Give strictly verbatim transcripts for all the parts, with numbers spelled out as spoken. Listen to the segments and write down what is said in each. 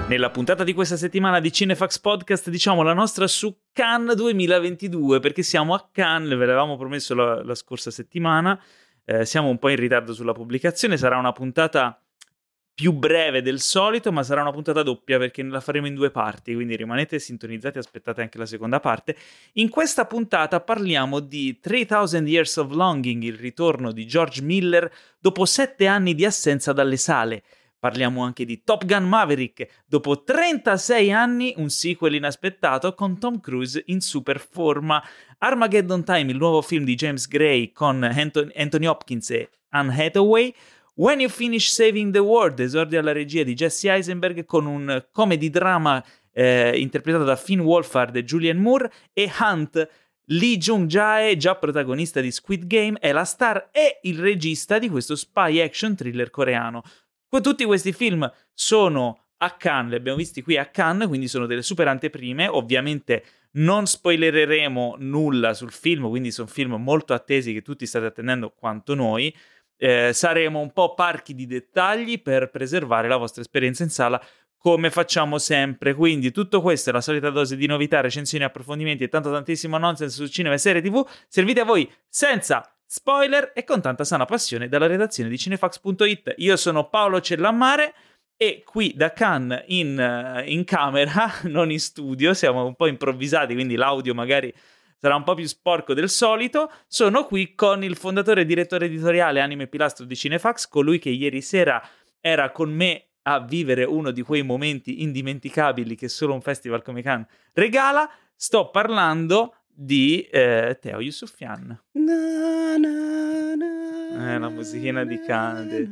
Nella puntata di questa settimana di Cinefax Podcast diciamo la nostra su Cannes duemilaventidue, perché siamo a Cannes, ve l'avevamo promesso la, la scorsa settimana, eh, siamo un po' in ritardo sulla pubblicazione, sarà una puntata più breve del solito, ma sarà una puntata doppia perché la faremo in due parti, quindi rimanete sintonizzati e aspettate anche la seconda parte. In questa puntata parliamo di three thousand Years of Longing, il ritorno di George Miller dopo sette anni di assenza dalle sale. Parliamo anche di Top Gun Maverick, dopo trentasei anni un sequel inaspettato con Tom Cruise in super forma. Armageddon Time, il nuovo film di James Gray con Anthony, Anthony Hopkins e Anne Hathaway. When You Finish Saving the World, esordio alla regia di Jesse Eisenberg con un comedy drama eh, interpretato da Finn Wolfhard e Julianne Moore. E Hunt, Lee Jung-jae, già protagonista di Squid Game, è la star e il regista di questo spy action thriller coreano. Tutti questi film sono a Cannes, li abbiamo visti qui a Cannes, quindi sono delle super anteprime. Ovviamente non spoilereremo nulla sul film, quindi sono film molto attesi che tutti state attendendo quanto noi. Eh, saremo un po' parchi di dettagli per preservare la vostra esperienza in sala, come facciamo sempre. Quindi tutto questo è la solita dose di novità, recensioni, approfondimenti e tanto tantissimo nonsense su cinema e serie tv, servite a voi senza spoiler e con tanta sana passione dalla redazione di cinefax punto it. Io sono Paolo Cellammare e qui da Cannes in, in camera, non in studio, siamo un po' improvvisati, quindi l'audio magari sarà un po' più sporco del solito. Sono qui con il fondatore e direttore editoriale, anime e pilastro di Cinefax, colui che ieri sera era con me a vivere uno di quei momenti indimenticabili che solo un festival come Cannes regala. Sto parlando di eh, Teo Yusufian. Na, na, na, eh, la musichina di Cannes.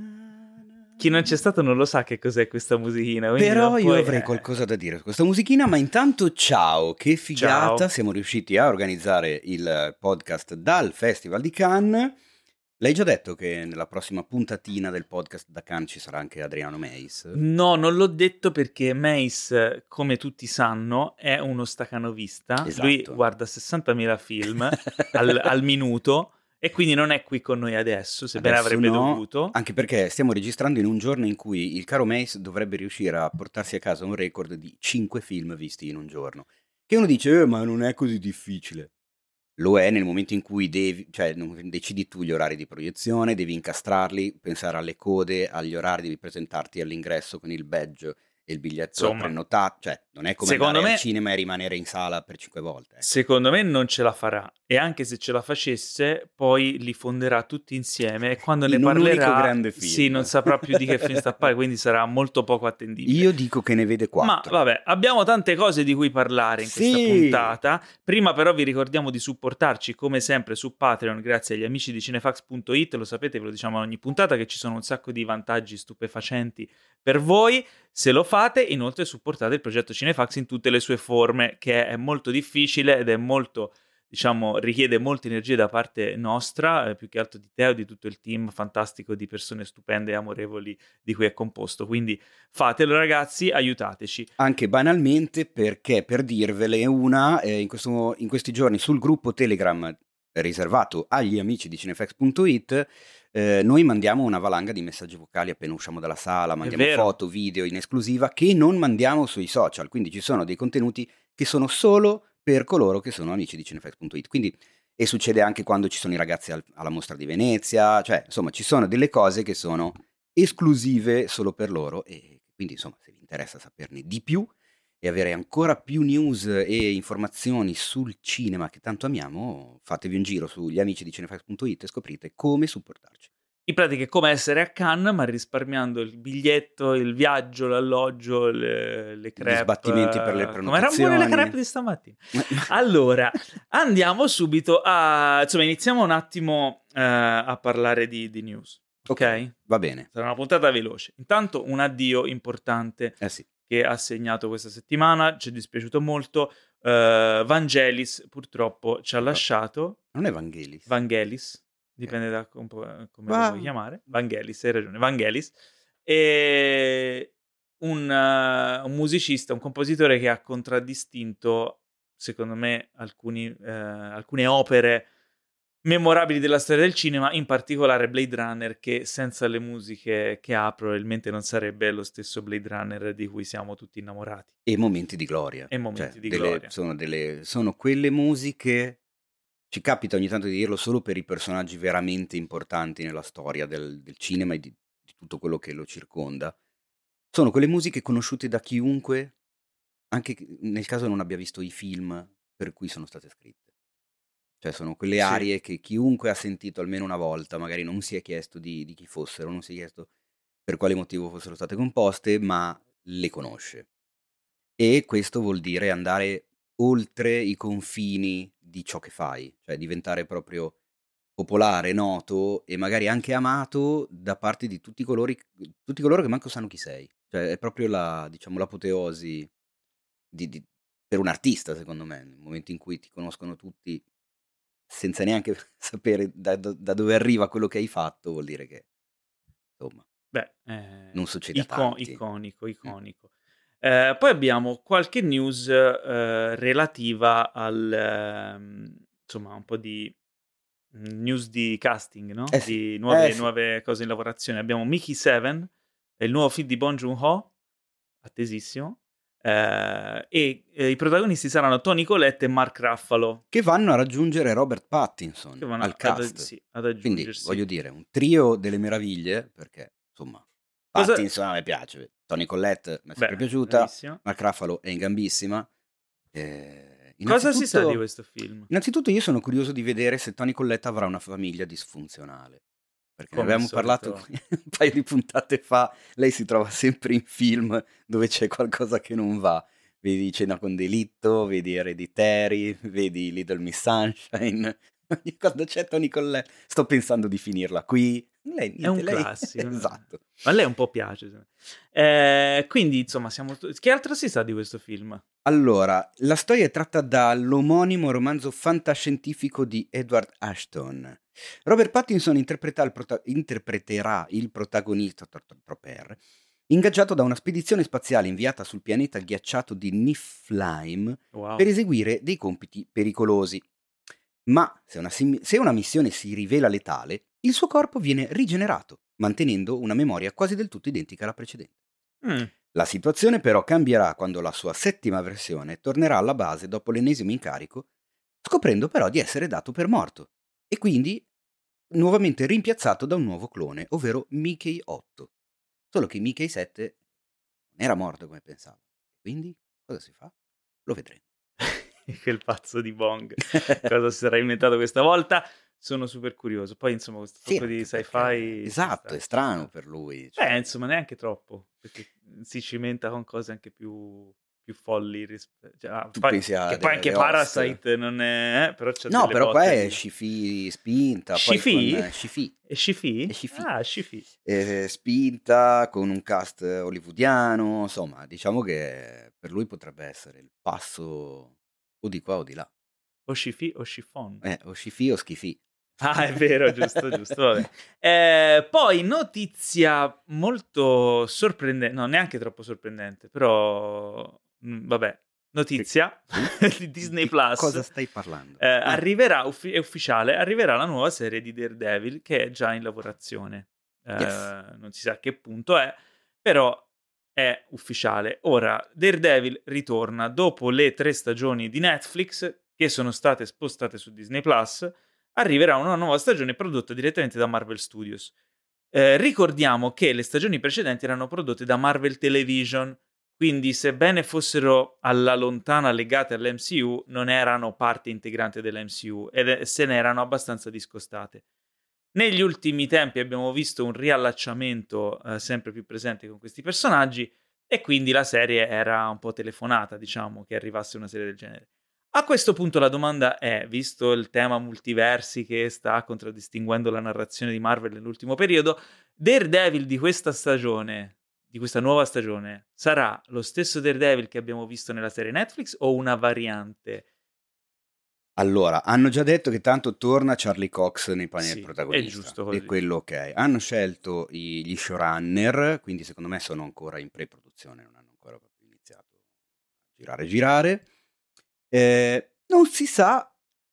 Chi non c'è stato non lo sa che cos'è questa musichina. Però puoi... io avrei qualcosa da dire su questa musichina, ma intanto ciao, che figata, ciao. Siamo riusciti a organizzare il podcast dal Festival di Cannes. L'hai già detto che nella prossima puntatina del podcast da Cannes ci sarà anche Adriano Meis? No, non l'ho detto perché Meis, come tutti sanno, è uno stacanovista. Esatto. Lui guarda sessantamila film al, al minuto e quindi non è qui con noi adesso, sebbene adesso avrebbe no, dovuto. Anche perché stiamo registrando in un giorno in cui il caro Meis dovrebbe riuscire a portarsi a casa un record di cinque film visti in un giorno. Che uno dice, eh, ma non è così difficile. Lo è nel momento in cui devi, cioè, decidi tu gli orari di proiezione, devi incastrarli, pensare alle code, agli orari, devi presentarti all'ingresso con il badge e il biglietto Insomma, prenotato, cioè non è come andare me, al cinema e rimanere in sala per cinque volte. Eh. Secondo me non ce la farà, e anche se ce la facesse poi li fonderà tutti insieme e quando ne in parlerà un unico grande film. Sì, non saprà più di che film sta a parlare, quindi sarà molto poco attendibile. Io dico che ne vede quattro. Ma vabbè, abbiamo tante cose di cui parlare in sì. questa puntata. Prima però vi ricordiamo di supportarci come sempre su Patreon grazie agli amici di cinefax punto it. Lo sapete, ve lo diciamo ogni puntata che ci sono un sacco di vantaggi stupefacenti per voi. Se lo fate, inoltre supportate il progetto Cinefax in tutte le sue forme, che è molto difficile ed è molto, diciamo, richiede molta energia da parte nostra, eh, più che altro di Teo, di tutto il team fantastico di persone stupende e amorevoli di cui è composto. Quindi fatelo ragazzi, aiutateci. Anche banalmente perché, per dirvele una, eh, in, questo, in questi giorni sul gruppo Telegram riservato agli amici di cinefax punto it eh, noi mandiamo una valanga di messaggi vocali appena usciamo dalla sala, mandiamo foto, video in esclusiva che non mandiamo sui social, quindi ci sono dei contenuti che sono solo per coloro che sono amici di cinefax punto it, quindi, e succede anche quando ci sono i ragazzi al, alla mostra di Venezia, cioè insomma ci sono delle cose che sono esclusive solo per loro e quindi insomma se vi interessa saperne di più e avere ancora più news e informazioni sul cinema che tanto amiamo, fatevi un giro sugli amici di cinefax punto it e scoprite come supportarci. In pratica è come essere a Cannes, ma risparmiando il biglietto, il viaggio, l'alloggio, le, le crepe. Gli sbattimenti per le prenotazioni. Come erano buone le crepe di stamattina. Allora, andiamo subito a... Insomma, iniziamo un attimo uh, a parlare di, di news. Ok? Ok, va bene. Sarà una puntata veloce. Intanto un addio importante. Eh sì. Che ha segnato questa settimana, ci è dispiaciuto molto. uh, Vangelis purtroppo ci ha lasciato. Non è Vangelis. Vangelis, dipende da com- come Va. lo vuoi chiamare. Vangelis, hai ragione, Vangelis. E un, uh, un musicista, un compositore che ha contraddistinto, secondo me, alcuni, uh, alcune opere memorabili della storia del cinema, in particolare Blade Runner, che senza le musiche che ha probabilmente non sarebbe lo stesso Blade Runner di cui siamo tutti innamorati. E momenti di gloria. E momenti Cioè, di delle, gloria. sono, delle, sono quelle musiche, ci capita ogni tanto di dirlo solo per i personaggi veramente importanti nella storia del, del cinema e di, di tutto quello che lo circonda. Sono quelle musiche conosciute da chiunque, anche nel caso non abbia visto i film per cui sono state scritte. Cioè sono quelle Sì. arie che chiunque ha sentito almeno una volta, magari non si è chiesto di, di chi fossero, non si è chiesto per quale motivo fossero state composte, ma le conosce. E questo vuol dire andare oltre i confini di ciò che fai, cioè diventare proprio popolare, noto e magari anche amato da parte di tutti colori, tutti coloro che manco sanno chi sei. Cioè è proprio la, diciamo, l'apoteosi di, di- per un artista, secondo me, nel momento in cui ti conoscono tutti senza neanche sapere da, da- da dove arriva quello che hai fatto, vuol dire che, insomma, Beh, eh, non succede a ico- tanti. iconico, Mm. iconico. Eh, poi abbiamo qualche news eh, relativa al, ehm, insomma, un po' di mm, news di casting, no? Eh sì, Di nuove, eh sì. nuove cose in lavorazione. Abbiamo Mickey Seven, il nuovo film di Bong Joon-ho, attesissimo, eh, e eh, i protagonisti saranno Tony Collette e Mark Ruffalo, Che vanno a raggiungere Robert Pattinson che vanno al ad, cast. sì, ad Quindi aggiungersi. voglio dire, un trio delle meraviglie, perché insomma, Cosa... Pattinson a me piace, Tony Collette mi è sempre Beh, piaciuta, bravissimo. Mark Ruffalo è in gambissima. Eh, Cosa si sa di innanzitutto, questo film? innanzitutto io sono curioso di vedere se Tony Collette avrà una famiglia disfunzionale, perché ne Come al abbiamo parlato solito. qui un paio di puntate fa, lei si trova sempre in film dove c'è qualcosa che non va. Vedi Cena con delitto, vedi Hereditary, vedi Little Miss Sunshine. Quando c'è Tony Collette, sto pensando di finirla qui. Lei, È niente, un lei... classico. Esatto. A lei un po' piace. Eh, quindi, insomma, siamo... Che altro si sa di questo film? Allora, la storia è tratta dall'omonimo romanzo fantascientifico di Edward Ashton. Robert Pattinson interpreta il prota- interpreterà il protagonista Tropper, ingaggiato da una spedizione spaziale inviata sul pianeta ghiacciato di Niflheim Wow. per eseguire dei compiti pericolosi. Ma se una, sim- se una missione si rivela letale, il suo corpo viene rigenerato, mantenendo una memoria quasi del tutto identica alla precedente. Mm. La situazione però cambierà quando la sua settima versione tornerà alla base dopo l'ennesimo incarico, scoprendo però di essere dato per morto e quindi nuovamente rimpiazzato da un nuovo clone, ovvero Mickey otto. Solo che Mickey sette non era morto come pensavo. Quindi cosa si fa? Lo vedremo. Quel pazzo di Bong. Cosa si sarà inventato questa volta? Sono super curioso. Poi, insomma, questo Sì, tipo di anche sci-fi... perché ci esatto, sta, è ci strano sta. per lui. Beh, Cioè... insomma, neanche troppo, perché si cimenta con cose anche più, più folli. Rispe... Cioè, ah, Tu poi, pensi a che poi The, anche The Host? Parasite non è... Eh, però c'ha No, delle però qua botte è di... sci-fi spinta, poi con Sci-fi? eh, sci-fi. E Sci-fi? È sci-fi. Ah, Sci-fi. Eh, spinta con un cast hollywoodiano, insomma, diciamo che per lui potrebbe essere il passo o di qua o di là. O Sci-fi o Chiffon. Eh, o sci-fi o schi-fi. Ah, è vero, giusto, giusto, vabbè. Eh, poi notizia molto sorprendente, no, neanche troppo sorprendente, però mm, vabbè, Che- notizia sì? di Disney Di Plus. cosa stai parlando? Eh, Ah, arriverà, uffi- è ufficiale, arriverà la nuova serie di Daredevil che è già in lavorazione. Eh, yes. non si sa a che punto è, però è ufficiale. Ora, Daredevil ritorna dopo le tre stagioni di Netflix che sono state spostate su Disney Plus. Arriverà una nuova stagione prodotta direttamente da Marvel Studios. Eh, ricordiamo che le stagioni precedenti erano prodotte da Marvel Television, quindi sebbene fossero alla lontana legate all'M C U, non erano parte integrante dell'M C U e se ne erano abbastanza discostate. Negli ultimi tempi abbiamo visto un riallacciamento eh, sempre più presente con questi personaggi e quindi la serie era un po' telefonata, diciamo, che arrivasse una serie del genere. A questo punto la domanda è, visto il tema multiversi che sta contraddistinguendo la narrazione di Marvel nell'ultimo periodo, Daredevil di questa stagione, di questa nuova stagione, sarà lo stesso Daredevil che abbiamo visto nella serie Netflix o una variante? Allora, hanno già detto che tanto torna Charlie Cox nei panni del Sì, è protagonista. giusto E così. quello ok. Hanno scelto i- gli showrunner, quindi secondo me sono ancora in pre-produzione, non hanno ancora proprio iniziato a girare girare. Eh, non si sa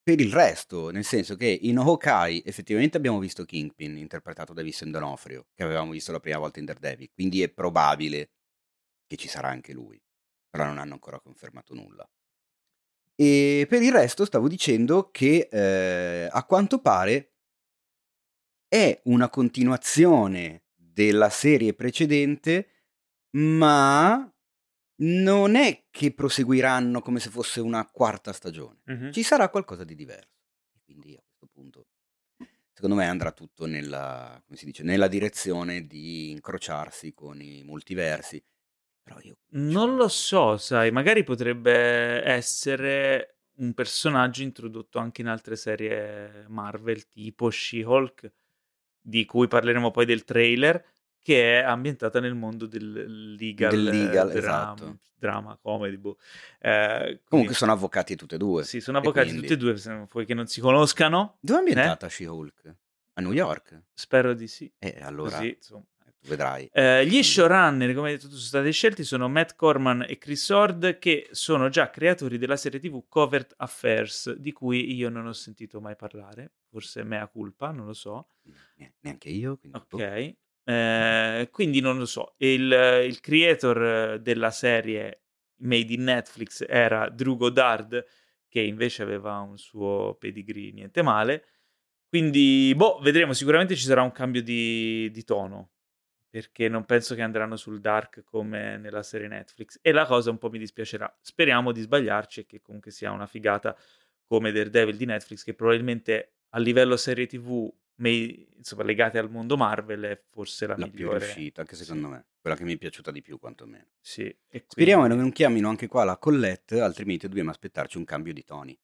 per il resto, nel senso che in Hawkeye effettivamente abbiamo visto Kingpin interpretato da Vincent D'Onofrio, che avevamo visto la prima volta in Daredevil, quindi è probabile che ci sarà anche lui, però non hanno ancora confermato nulla. E per il resto stavo dicendo che eh, a quanto pare è una continuazione della serie precedente, ma non è che proseguiranno come se fosse una quarta stagione. Mhm. Ci sarà qualcosa di diverso. E quindi a questo punto, secondo me, andrà tutto nella, come si dice, nella direzione di incrociarsi con i multiversi. Però io Non lo so, sai, magari potrebbe essere un personaggio introdotto anche in altre serie Marvel, tipo She-Hulk, di cui parleremo poi del trailer, che è ambientata nel mondo del legal, del eh, legal, dram- esatto. drama, comedy, boh. Eh, quindi- Comunque sono avvocati tutte e due. sì, sono e avvocati quindi- tutti e due, se poi che non si conoscano. Dove è eh? ambientata She-Hulk? A New York? Spero di sì. E allora Così, insomma. eh, tu vedrai. Eh, gli Quindi- showrunner, come hai detto tu, sono stati scelti sono Matt Corman e Chris Ord, che sono già creatori della serie tivù Covert Affairs, di cui io non ho sentito mai parlare, forse mea culpa, non lo so. Ne- neanche io. Quindi, boh. Ok, eh, quindi non lo so. Il, il creator della serie made in Netflix era Drew Goddard, che invece aveva un suo pedigree niente male. Quindi, boh, vedremo. Sicuramente ci sarà un cambio di, di tono, perché non penso che andranno sul dark come nella serie Netflix. E la cosa un po' mi dispiacerà. Speriamo di sbagliarci e che comunque sia una figata come Daredevil di Netflix, che probabilmente a livello serie tivù, me- insomma, legate al mondo Marvel, è forse la, La più migliore. riuscita, anche Sì, secondo me. Quella che mi è piaciuta di più, quantomeno. sì. E Speriamo che quindi- non chiamino anche qua la Collette, altrimenti dobbiamo aspettarci un cambio di toni.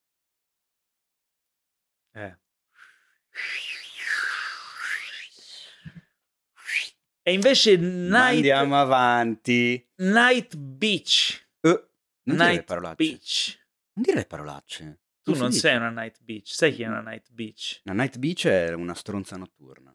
eh. E invece Ma Night, andiamo avanti. Night Beach. Eh, non dire le Night parolacce. Beach. Non dire le parolacce. Tu si non dice? sei una Night Beach. Sai chi è una Night Beach? Una Night Beach è una stronza notturna.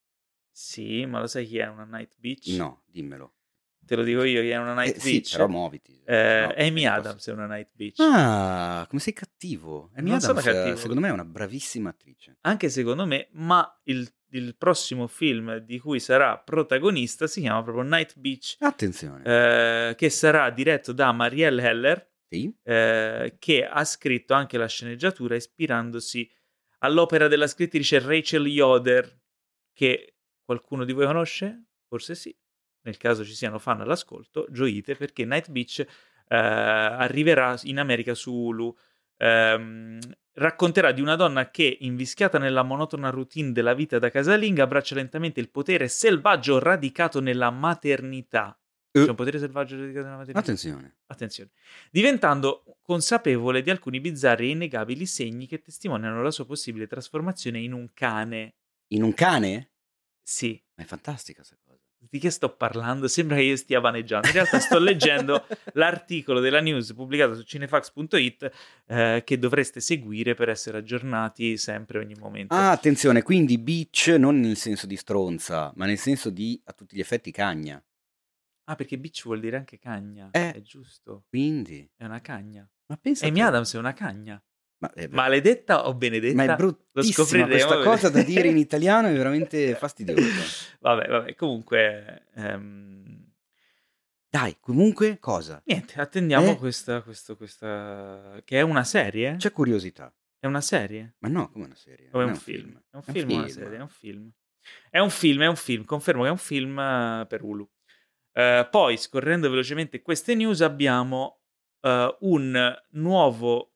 Sì, ma lo sai chi è una Night Beach? No, dimmelo. Te lo dico io chi è una Night Eh, sì, Beach. però muoviti. Eh, No, Amy eh, Adams posso- è una Night Beach. Ah, come sei cattivo. Amy Non sono Adams, cattivo. secondo me, è una bravissima attrice. Anche secondo me, ma il, il prossimo film di cui sarà protagonista si chiama proprio Night Beach, Attenzione. eh, che sarà diretto da Marielle Heller, Sì? eh, che ha scritto anche la sceneggiatura ispirandosi all'opera della scrittrice Rachel Yoder, che qualcuno di voi conosce? Forse sì. Nel caso ci siano fan all'ascolto, gioite perché Night Beach eh, arriverà in America su Hulu. Ehm, racconterà di una donna che, invischiata nella monotona routine della vita da casalinga, abbraccia lentamente il potere selvaggio radicato nella maternità. Eh. C'è un potere selvaggio radicato nella maternità? Attenzione. Attenzione. Diventando consapevole di alcuni bizzarri e innegabili segni che testimoniano la sua possibile trasformazione in un cane. In un cane? Sì. Ma è fantastica questa cosa. Di che sto parlando? Sembra che io stia vaneggiando. In realtà sto leggendo l'articolo della news pubblicato su cinefax punto it eh, che dovreste seguire per essere aggiornati sempre ogni momento. Ah, attenzione, quindi bitch non nel senso di stronza, ma nel senso di a tutti gli effetti cagna. Ah, perché bitch vuol dire anche cagna. Eh. È giusto. Quindi, È una cagna. ma pensa Amy te. Adams è una cagna. Ma, eh, beh, Maledetta o benedetta? ma è Lo bruttissima scopriremo. questa cosa da dire in italiano, è veramente fastidiosa. Vabbè, vabbè, comunque... ehm, Dai, comunque, cosa? Niente, attendiamo Eh? questa, questo, questa... Che è una serie? C'è curiosità. È una serie? Ma no, come una serie? O è Non un film? È un È un film o una film. serie? È un film. È un film, è un film. Confermo che è un film eh, per Hulu. Eh, poi, scorrendo velocemente queste news, abbiamo eh, un nuovo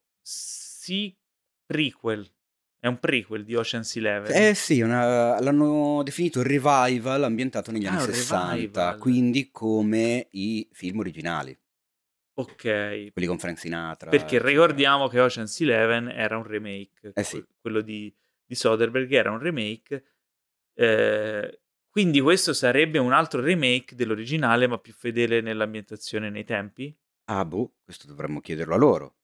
sì, prequel. È un prequel di Ocean's Eleven. Eh sì, una- l'hanno definito revival ambientato negli Ah, anni un sessanta, revival. quindi come i film originali, Ok, quelli con Frank Sinatra. perché eccetera. ricordiamo che Ocean's Eleven era un remake. Eh sì. Que- quello di, di Soderbergh era un remake. Eh, quindi questo sarebbe un altro remake dell'originale, ma più fedele nell'ambientazione e nei tempi? Ah, boh, questo dovremmo chiederlo a loro.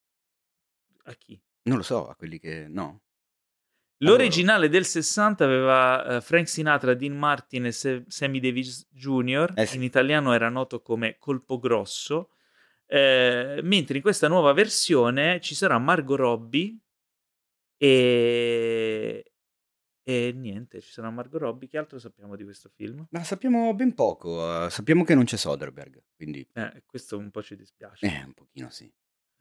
A chi? Non lo so, a quelli che... no? L'originale del sessanta aveva eh, Frank Sinatra, Dean Martin e Se- Sammy Davis Junior Eh sì. In italiano era noto come Colpo Grosso. Eh, mentre in questa nuova versione ci sarà Margot Robbie E e niente, ci sarà Margot Robbie. Che altro sappiamo di questo film? Ma sappiamo ben poco, uhm, sappiamo che non c'è Soderbergh, quindi Eh, questo un po' ci dispiace. eh, un pochino sì.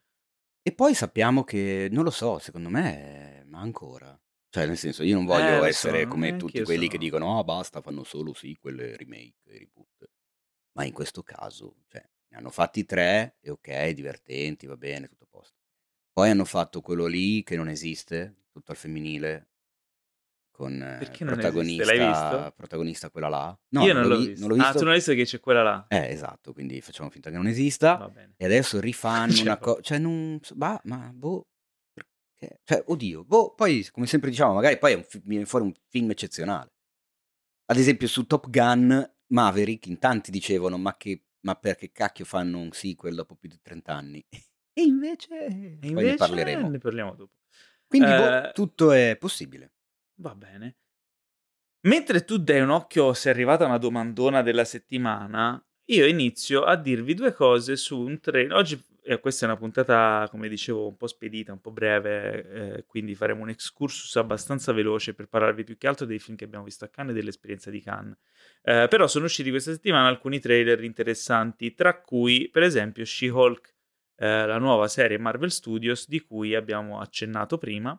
E poi sappiamo che, non lo so, secondo me, ma ancora. Cioè, nel senso, io non Eh, voglio lo so, essere e come tutti anch'io quelli che sono dicono: "Ah basta, fanno solo sequel, e remake e reboot." Ma in questo caso, cioè, ne hanno fatti tre e okay, divertenti, va bene, tutto a posto. Poi hanno fatto quello lì che non esiste, tutto al femminile, con eh, perché non esiste? L'hai protagonista visto? protagonista quella là. No, Io non non l'ho l'ho vi non l'ho visto. Ah, tu non visto. hai visto che c'è quella là? Eh, esatto, quindi facciamo finta che non esista Va bene. e adesso rifanno Cioè, una vabbè. co cioè non s bah, ma boh, perché? Cioè, oddio, boh, poi come sempre diciamo, magari poi è un fi viene fuori un film eccezionale. Ad esempio su Top Gun Maverick in tanti dicevano: "Ma che ma perché cacchio fanno un sequel dopo più di trenta anni?" E invece E poi ne invece parleremo. ne parliamo dopo. Quindi boh, Ehm, tutto è possibile. Va bene. Mentre tu dai un occhio se è arrivata una domandona della settimana, io inizio a dirvi due cose su un trail oggi e questa è una puntata, come dicevo, un po' spedita, un po' breve, ehm, quindi faremo un excursus abbastanza veloce per parlarvi più che altro dei film che abbiamo visto a Cannes e dell'esperienza di Cannes. Ehm, però sono usciti questa settimana alcuni trailer interessanti, tra cui per esempio She-Hulk, ehm, la nuova serie Marvel Studios di cui abbiamo accennato prima.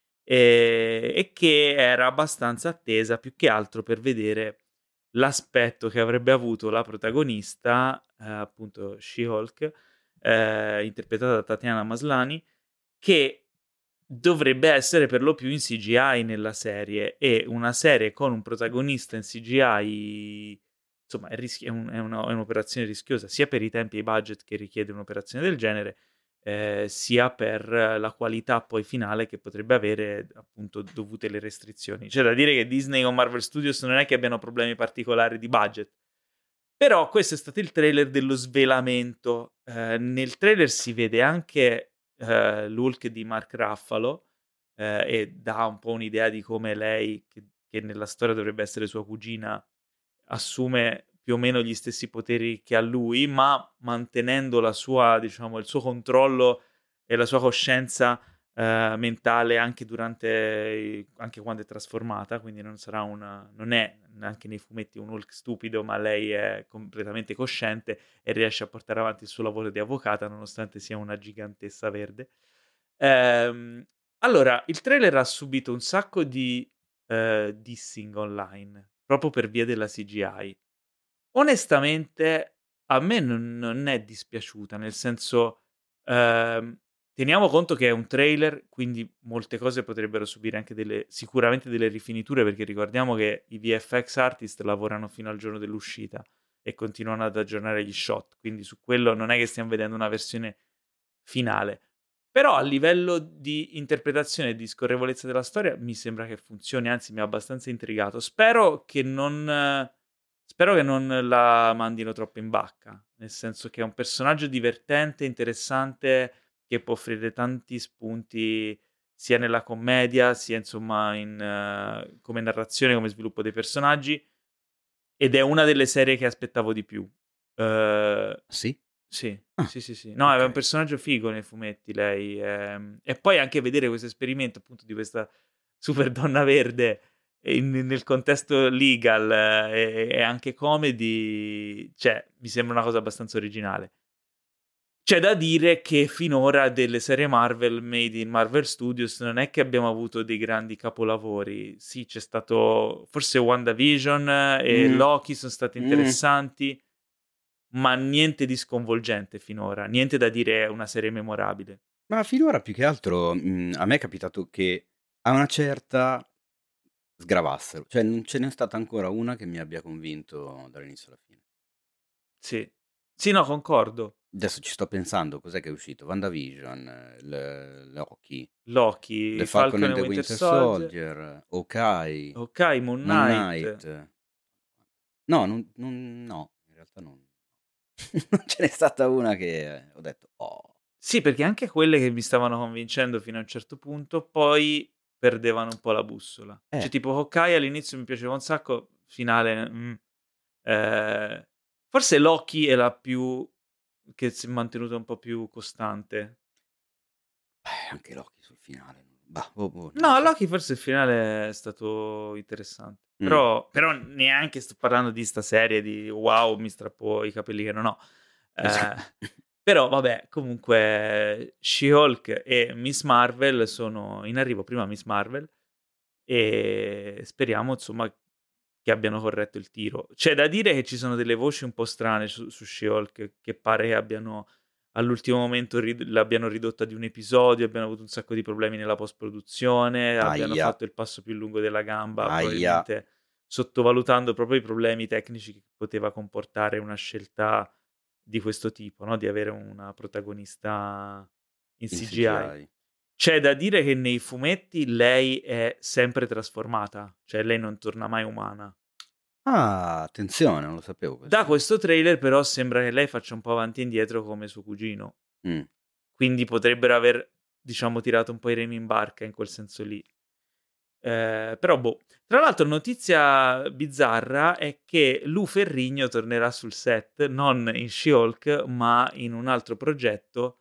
Ehm, e che era abbastanza attesa più che altro per vedere l'aspetto che avrebbe avuto la protagonista, ehm, appunto She-Hulk, ehm, interpretata da Tatiana Maslany, che dovrebbe essere per lo più in C G I nella serie e una serie con un protagonista in C G I, insomma è rischi è un è una è un'operazione rischiosa sia per i tempi e i budget che richiede un'operazione del genere, ehm, sia per la qualità poi finale che potrebbe avere, appunto, dovute le restrizioni. C'è da dire che Disney o Marvel Studios non è che abbiano problemi particolari di budget, però questo è stato il trailer dello svelamento. Ehm, nel trailer si vede anche, ehm, l'Hulk di Mark Ruffalo, ehm, e dà un po' un'idea di come lei, che che nella storia dovrebbe essere sua cugina, assume più o meno gli stessi poteri che ha lui, ma mantenendo la sua diciamo, il suo controllo e la sua coscienza, ehm, mentale anche durante i anche quando è trasformata, quindi non sarà una non è neanche nei fumetti un Hulk stupido, ma lei è completamente cosciente e riesce a portare avanti il suo lavoro di avvocata nonostante sia una gigantessa verde. Ehm, allora, il trailer ha subito un sacco di, ehm, dissing online, proprio per via della C G I. Onestamente a me non non è dispiaciuta, nel senso, ehm, teniamo conto che è un trailer, quindi molte cose potrebbero subire anche delle sicuramente delle rifiniture, perché ricordiamo che i V F X artist lavorano fino al giorno dell'uscita e continuano ad aggiornare gli shot, quindi su quello non è che stiam vedendo una versione finale. Però a livello di interpretazione e di scorrevolezza della storia mi sembra che funzioni, anzi mi ha abbastanza intrigato. Spero che non spero che non la mandino troppo in vacca, nel senso che è un personaggio divertente, interessante, che può offrire tanti spunti sia nella commedia, sia insomma in eh, come narrazione, come sviluppo dei personaggi, ed è una delle serie che aspettavo di più. Uhm Sì? sì, Ah, sì, sì, sì. No, è un okay. personaggio figo nei fumetti lei, ehm, e poi anche vedere questo esperimento, appunto, di questa super donna verde in nel contesto legal eh, e e anche comedy, cioè, mi sembra una cosa abbastanza originale. C'è da dire che finora delle serie Marvel made in Marvel Studios non è che abbiamo avuto dei grandi capolavori. Sì, c'è stato forse WandaVision e Mh, Loki son stati mh. interessanti, ma niente di sconvolgente finora, niente da dire è una serie memorabile. Ma finora più che altro, mhmm, a me è capitato che a una certa sgravassero, cioè non ce n'è stata ancora una che mi abbia convinto dall'inizio alla fine. Sì. Sì, no, concordo. Adesso ci sto pensando, cos'è che è uscito? WandaVision, l Loki, The Loki, Falcon Falcon and e the Winter Winter Soldier, Soldier, Hawkeye, okay, Moon Moon Knight. Knight. No, non non no, in realtà non non ce n'è stata una che ho detto: "Oh". Sì, perché anche quelle che mi stavano convincendo fino a un certo punto, poi perdevano un po' la bussola. Cioè Eh, tipo Hawkeye all'inizio mi piaceva un sacco, finale, mh. Ehm, Forse Loki è la più che si è mantenuta un po' più costante. eh, anche Loki sul finale. Bah, boh, boh, non lo No, so. Loki forse il finale è stato interessante. Mm. Però, però neanche sto parlando di sta serie di wow, mi strappo i capelli che non ho. Eh, Esatto. però vabbè, comunque She-Hulk e Miss Marvel sono in arrivo, prima Miss Marvel, e speriamo insomma che abbiano corretto il tiro. C'è da dire che ci sono delle voci un po' strane su, su She-Hulk, che pare che abbiano all'ultimo momento rid- l'abbiano ridotta di un episodio, abbiano avuto un sacco di problemi nella post-produzione, abbiano Aia, fatto il passo più lungo della gamba, aia, probabilmente sottovalutando proprio i problemi tecnici che poteva comportare una scelta di questo tipo, no? Di avere una protagonista in in C G I. C G I. C'è da dire che nei fumetti lei è sempre trasformata, cioè lei non torna mai umana. Ah, attenzione, non lo sapevo Da questo. questo trailer però sembra che lei faccia un po' avanti e indietro come suo cugino, Mm. quindi potrebbero aver, diciamo, tirato un po' i remi in barca in quel senso lì. Eh, però boh. Tra l'altro notizia bizzarra è che Lou Ferrigno tornerà sul set, non in She-Hulk, ma in un altro progetto,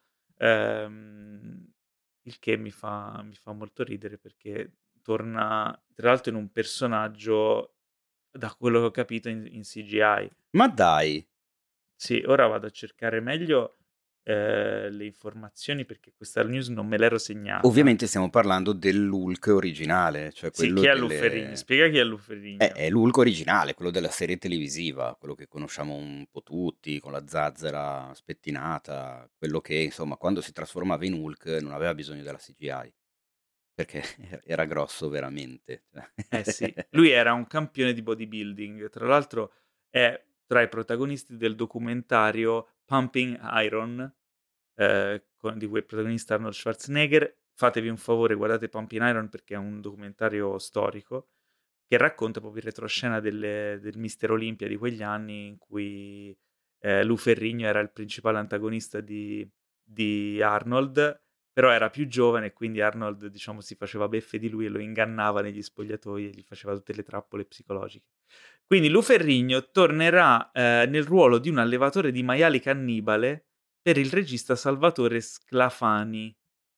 ehm, il che mi fa, mi fa molto ridere perché torna, tra l'altro, in un personaggio, da quello che ho capito, in, in C G I. Ma dai, Sì, ora vado a cercare meglio eh, le informazioni perché questa news non me l'ero segnata. ovviamente stiamo parlando dell'Hulk originale, cioè Sì, quello chi è Lou Ferrigno? delle... Spiega chi è Lou Eh, Ferrigno. è l'Hulk originale, quello della serie televisiva, quello che conosciamo un po' tutti, con la zazzera spettinata, quello che, insomma, quando si trasformava in Hulk non aveva bisogno della C G I, perché era grosso veramente. Eh sì, lui era un campione di bodybuilding, tra l'altro è tra i protagonisti del documentario Pumping Iron, eh, con, di cui è protagonista Arnold Schwarzenegger. Fatevi un favore, guardate Pumping Iron perché è un documentario storico che racconta proprio il retroscena delle, del Mister Olympia di quegli anni in cui eh, Lou Ferrigno era il principale antagonista di, di Arnold, però era più giovane e quindi Arnold, diciamo, si faceva beffe di lui e lo ingannava negli spogliatoi e gli faceva tutte le trappole psicologiche. Quindi Lou Ferrigno tornerà eh, nel ruolo di un allevatore di maiali cannibale per il regista Salvatore Sclafani,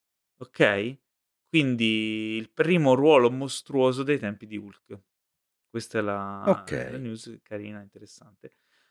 ok? Quindi il primo ruolo mostruoso dei tempi di Hulk. Questa è Ok, la, la news carina, interessante.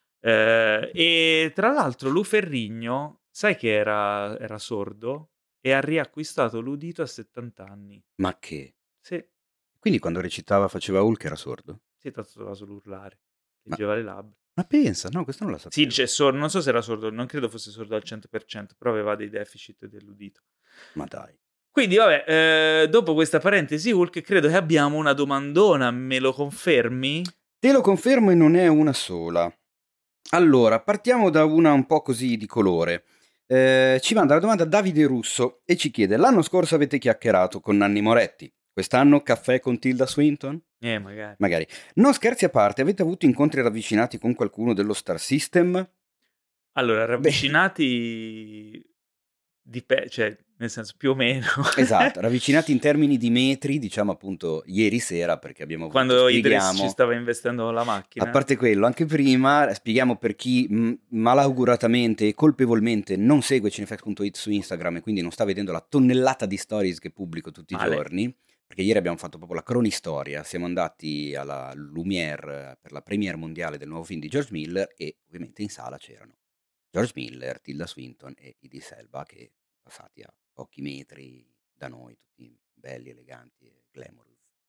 Eh, e tra l'altro Lou Ferrigno, sai che era, era sordo e ha riacquistato l'udito a settanta anni. ma che? Sì, Quindi quando recitava faceva Hulk era sordo? si trattava solo urlare, Ma, leggeva le labbra. ma pensa, no, questo non lo Sì, sapevo. c'è sordo, non so se era sordo, non credo fosse sordo al cento per cento, però aveva dei deficit dell'udito. Ma dai. Quindi, vabbè, eh, dopo questa parentesi Hulk, credo che abbiamo una domandona, me lo confermi? Te lo confermo e non è una sola. Allora, partiamo da una un po' così di colore. Eh, ci manda la domanda Davide Russo e ci chiede: l'anno scorso avete chiacchierato con Nanni Moretti, quest'anno caffè con Tilda Swinton? Eh, magari. Magari. No, scherzi a parte, avete avuto incontri ravvicinati con qualcuno dello Star System? Allora, Beh, ravvicinati, dip- cioè, nel senso più o meno. esatto, ravvicinati in termini di metri, diciamo appunto ieri sera, perché abbiamo avuto, Quando Idris ci spieghiamo. stava investendo la A macchina. parte quello, anche prima spieghiamo per chi mh, malauguratamente e colpevolmente non segue Cinefax punto it su Instagram e quindi non sta vedendo la tonnellata di stories che pubblico tutti i Male. giorni, perché ieri abbiamo fatto proprio la cronistoria, siamo andati alla Lumière per la premiere mondiale del nuovo film di George Miller e ovviamente in sala c'erano George Miller, Tilda Swinton e Idris Elba che passati a pochi metri da noi, tutti belli, eleganti e glamorous.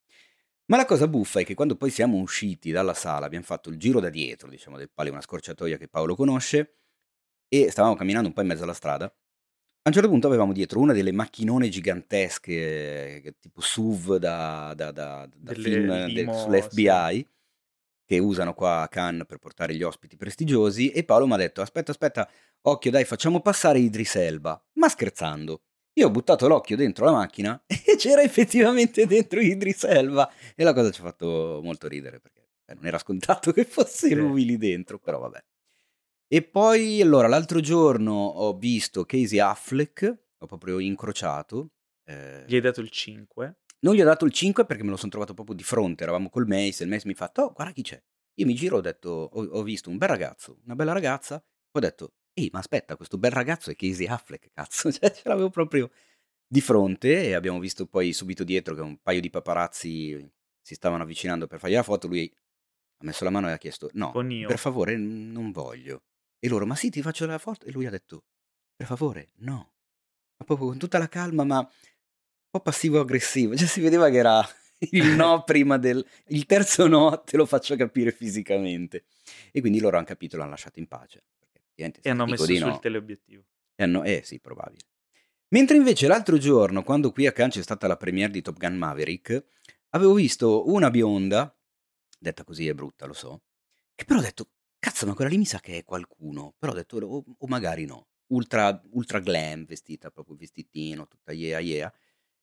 Ma la cosa buffa è che quando poi siamo usciti dalla sala, abbiamo fatto il giro da dietro, diciamo, del palio, una scorciatoia che Paolo conosce, e stavamo camminando un po' in mezzo alla strada. A un certo punto avevamo dietro una delle macchinone gigantesche, eh, tipo S U V da, da, da, da Delle film de- limo, sull'F B sì. I, che usano qua a Cannes per portare gli ospiti prestigiosi, e Paolo mi ha detto, aspetta, aspetta, occhio dai, facciamo passare Idris Elba, ma scherzando. Io ho buttato l'occhio dentro la macchina e c'era effettivamente dentro Idris Elba e la cosa ci ha fatto molto ridere perché eh, non era scontato che fosse Sì. lui lì dentro, però vabbè. E poi, allora, l'altro giorno ho visto Casey Affleck, ho proprio incrociato. eh, Gli hai dato il cinque. Non gli ho dato il cinque perché me lo sono trovato proprio di fronte, eravamo col Mace, e il Mace mi fa, oh, guarda chi c'è. Io mi giro, ho detto, ho, ho visto un bel ragazzo, una bella ragazza, ho detto, ehi, ma aspetta, questo bel ragazzo è Casey Affleck, cazzo, cioè ce l'avevo proprio di fronte e abbiamo visto poi subito dietro che un paio di paparazzi si stavano avvicinando per fargli la foto, lui ha messo la mano e ha chiesto no, Con io. per favore n- non voglio. E loro ma sì ti faccio la foto e lui ha detto per favore no, ma proprio con tutta la calma ma un po' passivo-aggressivo, cioè si vedeva che era il no prima del... il terzo no te lo faccio capire fisicamente. E quindi loro hanno capito e l'hanno lasciato in pace. Perché effettivamente E se ti hanno dico messo di su il no... teleobiettivo. Eh, no, eh sì, probabile. Mentre invece l'altro giorno, quando qui a Cannes c'è stata la premiere di Top Gun Maverick, avevo visto una bionda, detta così è brutta, lo so, che però ho detto, cazzo, ma quella lì mi sa che è qualcuno. Però ho detto, o, o magari no. Ultra, ultra glam, vestita, proprio vestitino, tutta yeah yeah.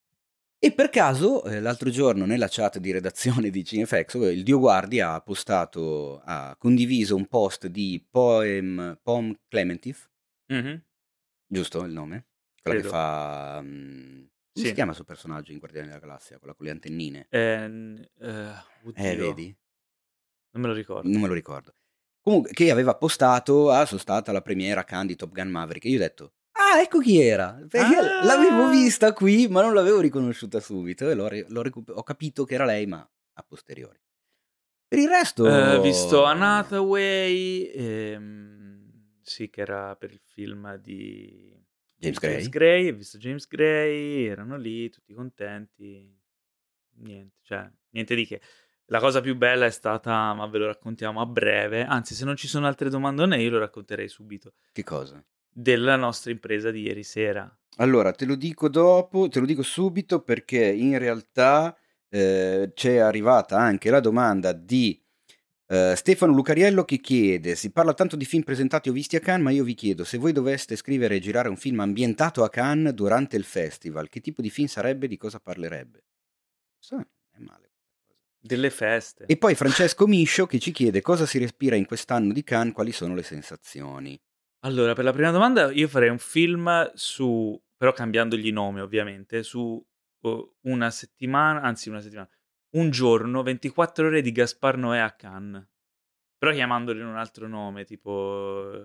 E per caso, eh, l'altro giorno nella chat di redazione di Cinefx, il Dio Guardi ha postato, ha condiviso un post di Poem, Pom Clementif, Mhm, giusto il nome? Quella che credo. fa... mm, come si Sì. chiama il suo personaggio in Guardiani della Galassia? Quella con le antennine. Eh, n- eh, Eh, oddio, vedi? non me lo ricordo. Non me lo ricordo. Comunque, che aveva postato, ah, sono stata alla premiera Cannes di Top Gun Maverick. E io ho detto, ah, ecco chi era. Perché l'avevo Ah! vista qui, ma non l'avevo riconosciuta subito. E l'ho, re- l'ho recuper- ho capito che era lei, ma a posteriori. Per il Eh, visto resto... Anne Hathaway, ehm, sì, che era per il film di, James di James Gray? Gray, ho visto James Gray, erano lì tutti contenti, niente, cioè, niente di che. La cosa più bella è stata, ma ve lo raccontiamo a breve, anzi se non ci sono altre domandone io lo racconterei subito, Che cosa? della nostra impresa di ieri sera. Allora, te lo dico dopo, te lo dico subito perché in realtà eh, c'è arrivata anche la domanda di eh, Stefano Lucariello che chiede, si parla tanto di film presentati o visti a Cannes, ma io vi chiedo, se voi doveste scrivere e girare un film ambientato a Cannes durante il festival, che tipo di film sarebbe, di cosa parlerebbe? Questo non è male. Delle feste. E poi Francesco Miscio che ci chiede cosa si respira in quest'anno di Cannes, quali sono le sensazioni. Allora, per la prima domanda io farei un film su, però cambiandogli i nomi ovviamente, su uh, una settimana, anzi una settimana, un giorno, ventiquattro ore di Gaspar Noè a Cannes, però chiamandolo in un altro nome, tipo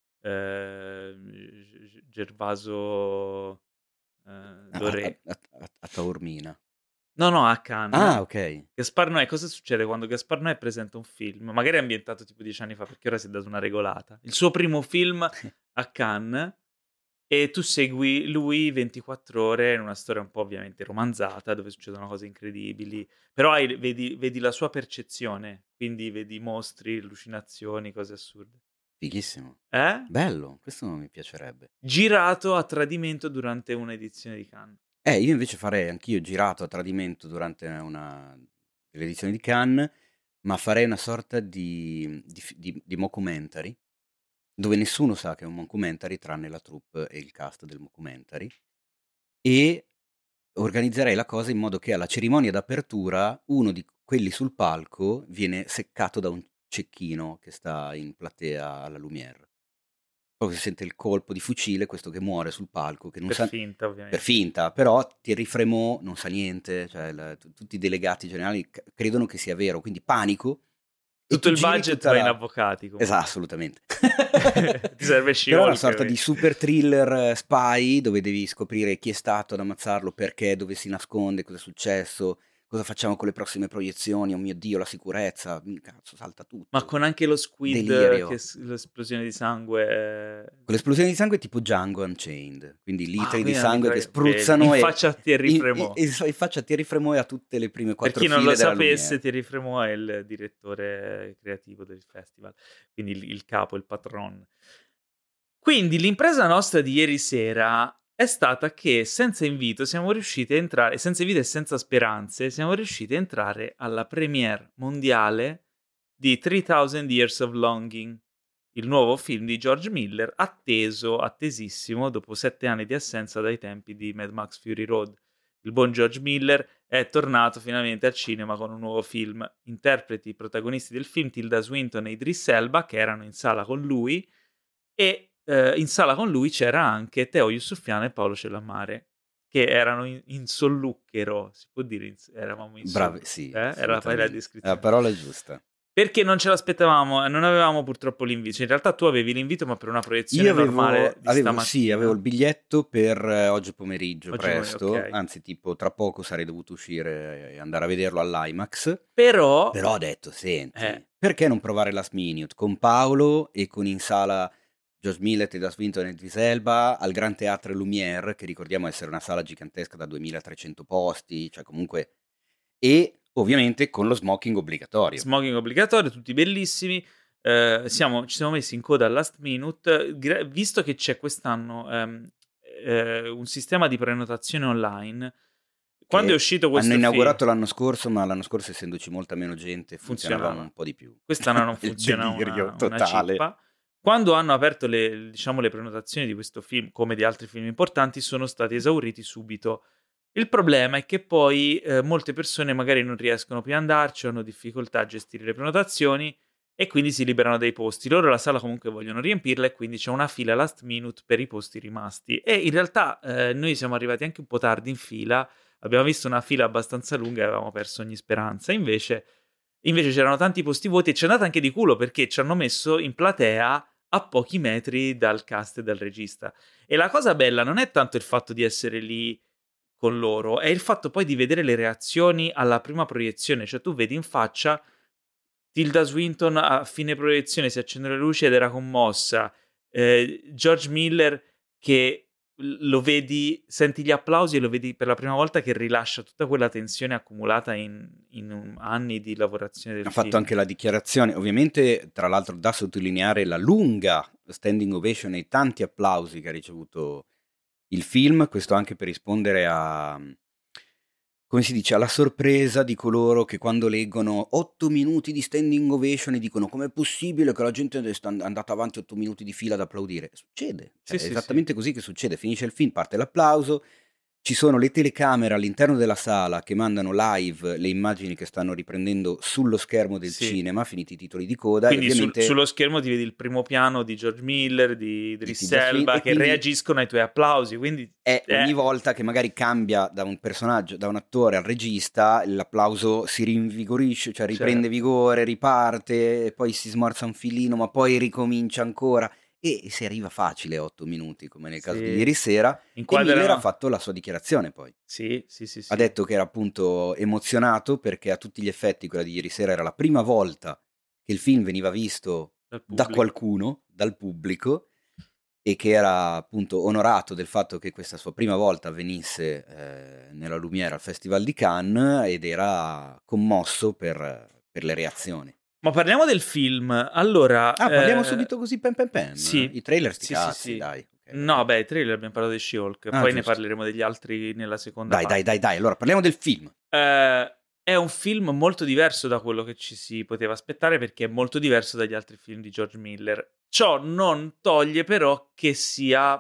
eh, G- Gervaso eh, A, a, Doré. a, a, a Taormina. No, no, a Cannes. Ah, ok. Gaspar Noè, cosa succede quando Gaspar Noè presenta un film? Magari è ambientato tipo dieci anni fa, perché ora si è dato una regolata. Il suo primo film a Cannes e tu segui lui ventiquattro ore in una storia un po' ovviamente romanzata, dove succedono cose incredibili, però hai- vedi, vedi la sua percezione, quindi vedi mostri, allucinazioni, cose assurde. Fighissimo. Eh? Bello, questo mi piacerebbe. Girato a tradimento durante un'edizione di Cannes. Eh, io invece farei anch'io girato a tradimento durante una delle edizioni di Cannes, ma farei una sorta di, di, fi- di, di mockumentary, dove nessuno sa che è un mockumentary tranne la troupe e il cast del mockumentary, e organizzerei la cosa in modo che alla cerimonia d'apertura uno di quelli sul palco viene seccato da un cecchino che sta in platea alla Lumière. Proprio si sente il colpo di fucile, questo che muore sul palco, che non Per sa, finta, per ovviamente. finta, però Thierry Frémaux non sa niente, cioè il- t- tutti i delegati generali c- credono che sia vero, quindi panico, e Tutto tu il giri budget tutta va in la... avvocati, Esatto, comunque. assolutamente. Ti serve Però è una She-Hulk. sorta di super thriller eh, spy dove devi scoprire chi è stato ad ammazzarlo, perché, dove si nasconde, cosa è successo, cosa facciamo con le prossime proiezioni, oh mio Dio, la sicurezza, mm, cazzo, salta Ma tutto. con anche lo squid che Delirio. s l'esplosione di sangue eh, Con l'esplosione di sangue tipo Django Unchained, quindi ah, litri di quindi non mi sangue che tra vedi, in spruzzano e faccia a Thierry in, in, Frémaux. in faccia a Thierry Frémaux e a tutte le prime Per quattro chi non lo file della sapesse, Lumière. Thierry Frémaux è il direttore creativo del festival, quindi il il capo, il patron. Quindi l'impresa nostra di ieri sera è stata che senza invito siamo riusciti a entrare senza invito e senza speranze, siamo riusciti a entrare alla premiere mondiale di three thousand Years of Longing, il nuovo film di George Miller, atteso, attesissimo, dopo sette anni di assenza dai tempi di Mad Max Fury Road. Il buon George Miller è tornato finalmente al cinema con un nuovo film. Interpreti i protagonisti del film, Tilda Swinton e Idris Elba, che erano in sala con lui, e eh, in sala con lui c'era anche Teo Yusufiano e Paolo Cellammare, che erano in, in solluchero, si può dire, in- eravamo in Bravi, solluchero, sì, eh? Era poi la assolutamente. È la descrizione. parola è giusta. Perché non ce l'aspettavamo, non avevamo purtroppo l'invito. Cioè, in realtà tu avevi l'invito, ma per una proiezione Io avevo, normale di avevo sì, stamattina. avevo il biglietto per eh, oggi pomeriggio Oggi poi- presto, ok. anzi tipo tra poco sarei dovuto uscire e andare a vederlo all'IMAX, Però, però ho detto, senti, eh, perché non provare Last Minute con Paolo e con in sala Josh Millet, Tilda Swinton e Idris Elba al Gran Teatro Lumière, che ricordiamo essere una sala gigantesca da duemilatrecento posti, cioè comunque, e ovviamente con lo smoking obbligatorio. smoking obbligatorio, tutti bellissimi. Eh, siamo, ci siamo messi in coda al last minute, gra- visto che c'è quest'anno ehm, eh, un sistema di prenotazione online. Quando è Che uscito hanno questo film, inaugurato l'anno scorso, ma l'anno scorso essendoci molta meno gente funzionavamo funzionava. un po' di più. Quest'anno non Il funziona delirio una, una totale. cippa. Quando hanno aperto le, diciamo, le prenotazioni di questo film, come di altri film importanti, sono stati esauriti subito. Il problema è che poi eh, molte persone magari non riescono più ad andarci, hanno difficoltà a gestire le prenotazioni e quindi si liberano dei posti. Loro la sala comunque vogliono riempirla e quindi c'è una fila last minute per i posti rimasti. E in realtà eh, noi siamo arrivati anche un po' tardi in fila, abbiamo visto una fila abbastanza lunga e avevamo perso ogni speranza. Invece, invece c'erano tanti posti vuoti e ci è andata anche di culo perché ci hanno messo in platea a pochi metri dal cast e dal regista. E la cosa bella non è tanto il fatto di essere lì con loro, è il fatto poi di vedere le reazioni alla prima proiezione, cioè tu vedi in faccia Tilda Swinton a fine proiezione si accendono le luci ed era commossa, eh, George Miller che lo vedi, senti gli applausi e lo vedi per la prima volta che rilascia tutta quella tensione accumulata in, in anni di lavorazione del Ha fatto film. anche la dichiarazione, ovviamente tra l'altro da sottolineare la lunga standing ovation e i tanti applausi che ha ricevuto il film, questo anche per rispondere a, come si dice, alla sorpresa di coloro che quando leggono otto minuti di standing ovation e dicono com'è possibile che la gente è sta- andata avanti otto minuti di fila ad applaudire. Succede, Sì, cioè, è sì, sì. esattamente così che succede, finisce il film, parte l'applauso, ci sono le telecamere all'interno della sala che mandano live le immagini che stanno riprendendo sullo schermo del Sì. cinema, finiti i titoli di coda, Quindi e sul- ovviamente sullo schermo ti vedi il primo piano di George Miller, di di Idris Tilda Swinton, Elba, e che quindi reagiscono ai tuoi applausi. Quindi è ogni eh, volta che magari cambia da un personaggio, da un attore al regista, l'applauso si rinvigorisce, cioè riprende certo. vigore, riparte, e poi si smorza un filino, ma poi ricomincia ancora. E si arriva facile a otto minuti, come nel caso di Sì. ieri sera. E Miller ha Inquadrano. fatto la sua dichiarazione poi. Sì, sì, sì, Ha sì. detto che era appunto emozionato perché a tutti gli effetti quella di ieri sera era la prima volta che il film veniva visto Dal da pubblico. qualcuno, dal pubblico, e che era appunto onorato del fatto che questa sua prima volta avvenisse eh, nella Lumière al Festival di Cannes ed era commosso per, per le reazioni. Ma parliamo del film. Allora, Ah, parliamo eh, subito così pem pem pem? sì, I trailer sti sì, sì, cazzi, sì. dai. Ok, vai. No, beh, trailer abbiamo parlato di She-Hulk, Ah, poi ne giusto. parleremo degli altri nella seconda Dai, dai, parte. dai, dai. Allora, parliamo del film. Eh, è un film molto diverso da quello che ci si poteva aspettare perché è molto diverso dagli altri film di George Miller. Ciò non toglie però che sia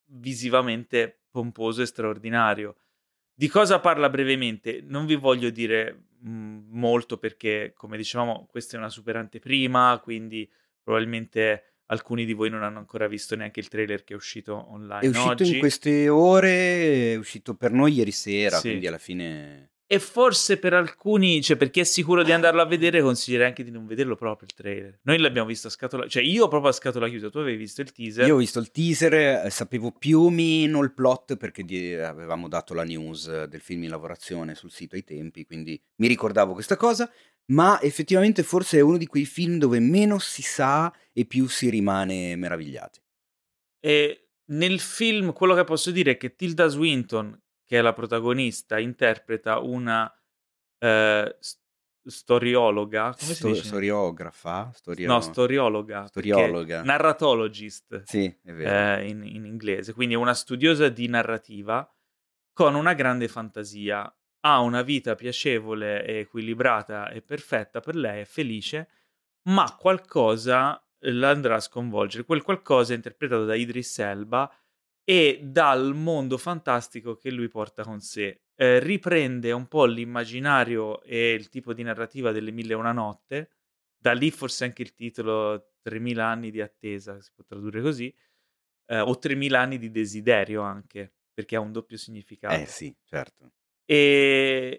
visivamente pomposo e straordinario. Di cosa parla brevemente? Non vi voglio dire mh, molto perché, come dicevamo, questa è una super anteprima, quindi probabilmente alcuni di voi non hanno ancora visto neanche il trailer che è uscito È online uscito in oggi. queste ore, è uscito per noi ieri sera, Sì. quindi alla fine... E forse per alcuni, cioè per chi è sicuro di andarlo a vedere, consiglierei anche di non vederlo proprio il trailer. Noi l'abbiamo visto a scatola, cioè io proprio a scatola chiusa, tu avevi visto il teaser. Io ho visto il teaser, eh, sapevo più o meno il plot perché di- avevamo dato la news eh, del film in lavorazione sul sito ai tempi, quindi mi ricordavo questa cosa, ma effettivamente forse è uno di quei film dove meno si sa e più si rimane meravigliati. E nel film quello che posso dire è che Tilda Swinton, che è la protagonista, interpreta una eh, s- storiologa, come si Sto- dice? storiografa, No, storio- storiologa, perché storiologa, narratologist sì, è vero. eh, in, in inglese, quindi è una studiosa di narrativa con una grande fantasia. Ha una vita piacevole e equilibrata e perfetta per lei, è felice, ma qualcosa la andrà a sconvolgere. Quel qualcosa è interpretato da Idris Elba e dal mondo fantastico che lui porta con sé. Eh, riprende un po' l'immaginario e il tipo di narrativa delle Mille e una notte, da lì forse anche il titolo tremila anni di attesa, si può tradurre così, eh, o tremila anni di desiderio anche, perché ha un doppio Eh significato. sì, certo. E,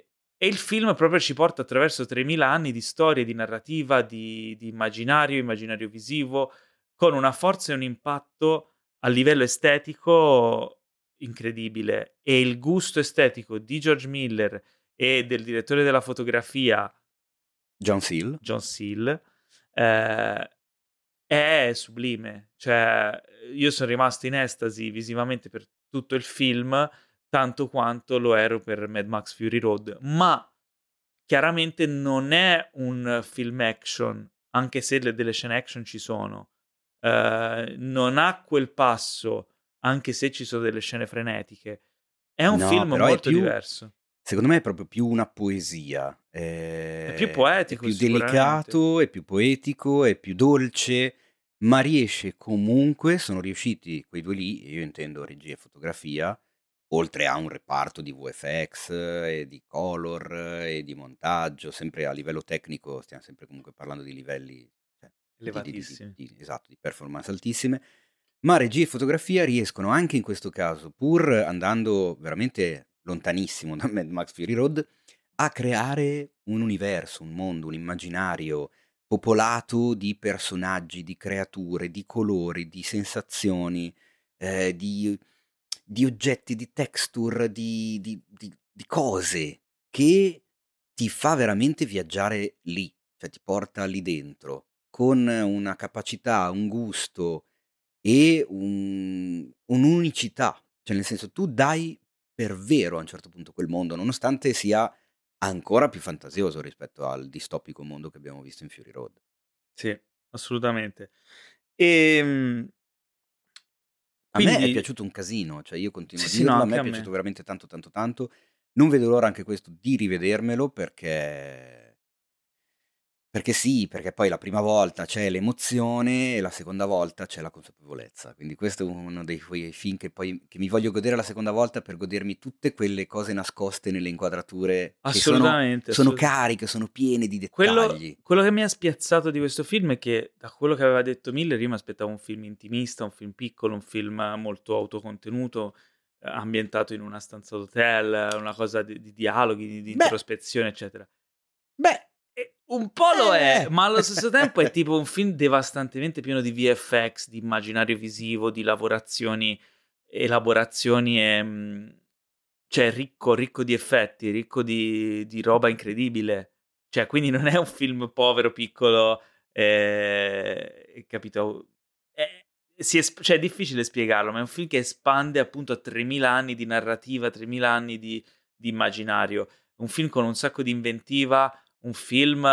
e il film proprio ci porta attraverso tremila anni di storia, di narrativa, di, di immaginario, immaginario visivo, con una forza e un impatto a livello estetico incredibile. E il gusto estetico di George Miller e del direttore della fotografia John Seal. John Seal eh, è sublime. Cioè, io sono rimasto in estasi visivamente per tutto il film, tanto quanto lo ero per Mad Max Fury Road, ma chiaramente non è un film action, anche se le, delle scene action ci sono. Uh, non ha quel passo, anche se ci sono delle scene frenetiche. È un No, film però è molto più, diverso. secondo me è proprio più una poesia. È, È più è poetico, più sicuramente. delicato, è più poetico, è più dolce, ma riesce comunque, sono riusciti quei due lì, io intendo regia e fotografia, oltre a un reparto di V F X e di color e di montaggio, sempre a livello tecnico, stiamo sempre comunque parlando di livelli, cioè, di, di, di, di, Elevatissimi. di- esatto, di performance altissime, ma regia e fotografia riescono anche in questo caso, pur andando veramente lontanissimo da Mad Max Fury Road, a creare un universo, un mondo, un immaginario popolato di personaggi, di creature, di colori, di sensazioni, eh, di, di oggetti, di texture, di, di- di- di cose che ti fa veramente viaggiare lì, cioè ti porta lì dentro, con una capacità, un gusto e un- un'unicità. Cioè, nel senso, tu dai per vero a un certo punto quel mondo, nonostante sia ancora più fantasioso rispetto al distopico mondo che abbiamo visto in Fury Road. Sì, assolutamente. Ehm, A me è quindi, piaciuto un casino, cioè io continuo sì, a sì, no, dirlo, a me anche è a piaciuto me. veramente tanto tanto tanto. Non vedo l'ora anche questo di rivedermelo perché perché sì, perché poi la prima volta c'è l'emozione e la seconda volta c'è la consapevolezza. Quindi questo è uno dei quei film che poi che mi voglio godere la seconda volta per godermi tutte quelle cose nascoste nelle inquadrature che sono Assolutamente, sono assolut cariche, sono piene di Quello dettagli. quello che mi ha spiazzato di questo film è che, da quello che aveva detto Miller, io m'aspettavo un film intimista, un film piccolo, un film molto autocontenuto, ehm, ambientato in una stanza d'hotel, una cosa di di dialoghi, di di Beh, introspezione, eccetera. beh, E un po' lo è, eh. ma allo stesso tempo è tipo un film devastantemente pieno di V F X, di immaginario visivo, di lavorazioni, elaborazioni, ehm, cioè ricco ricco di effetti, ricco di di roba incredibile. Cioè, quindi non è un film povero, piccolo, ehm, capito? È si esp cioè è difficile spiegarlo, ma è un film che espande appunto a tremila anni di narrativa, tremila anni di di immaginario. Un film con un sacco di inventiva, un film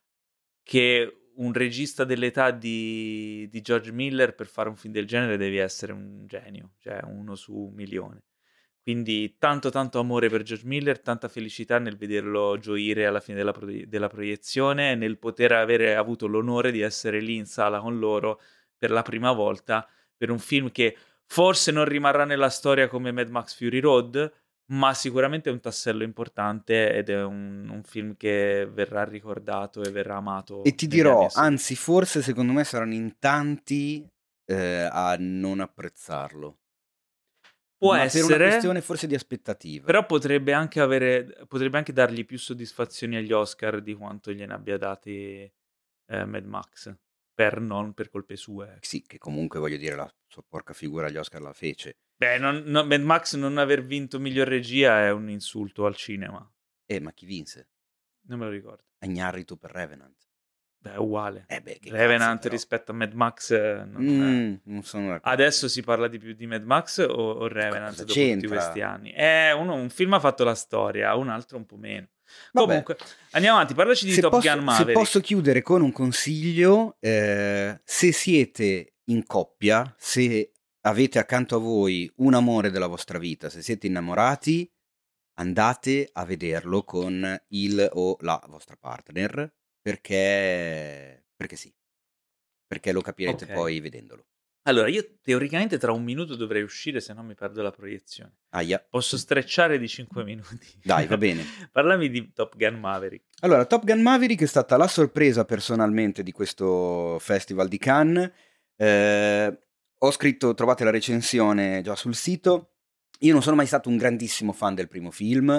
che un regista dell'età di di George Miller, per fare un film del genere devi essere un genio, cioè uno su un milione. Quindi tanto, tanto amore per George Miller, tanta felicità nel vederlo gioire alla fine della proie della proiezione, nel poter avere avuto l'onore di essere lì in sala con loro per la prima volta, per un film che forse non rimarrà nella storia come Mad Max Fury Road, ma sicuramente è un tassello importante ed è un un film che verrà ricordato e verrà E amato ti negli anni dirò, a seguire. anzi forse secondo me saranno in tanti, ehm, a non apprezzarlo. Può Ma per una essere, questione forse di aspettativa. però potrebbe anche avere potrebbe anche dargli più soddisfazioni agli Oscar di quanto gliene abbia dati, ehm, Mad Max, per non per colpe sue, ecco. Sì, che comunque voglio dire la sua porca figura agli Oscar la fece. Beh, non no Mad Max non aver vinto miglior regia è un insulto al cinema. Eh, ma chi vinse? Non me lo ricordo. Agnarrito per Revenant. Beh, è uguale. Eh beh, che cazzo Revenant però. rispetto a Mad Max eh, non Mh, non sono d'accordo. adesso si parla di più di Mad Max o o E co Revenant cosa dopo tutti c'entra? questi anni? Eh, uno un film ha fatto la storia, un altro un po' meno. Vabbè, Comunque, andiamo avanti, parlaci di se Top posso Gun se posso Maverick. chiudere con un consiglio, ehm, se siete in coppia, se avete accanto a voi un amore della vostra vita, se siete innamorati, andate a vederlo con il o la vostra partner, perché perché sì, perché lo capirete Okay. poi vedendolo. Allora, io teoricamente tra un minuto dovrei uscire, se no mi perdo la proiezione. Ahia. Posso strecciare di cinque minuti. Dai, va bene. Parlami di Top Gun Maverick. Allora, Top Gun Maverick è stata la sorpresa personalmente di questo festival di Cannes. Ehm, ho scritto, trovate la recensione già sul sito. Io non sono mai stato un grandissimo fan del primo film,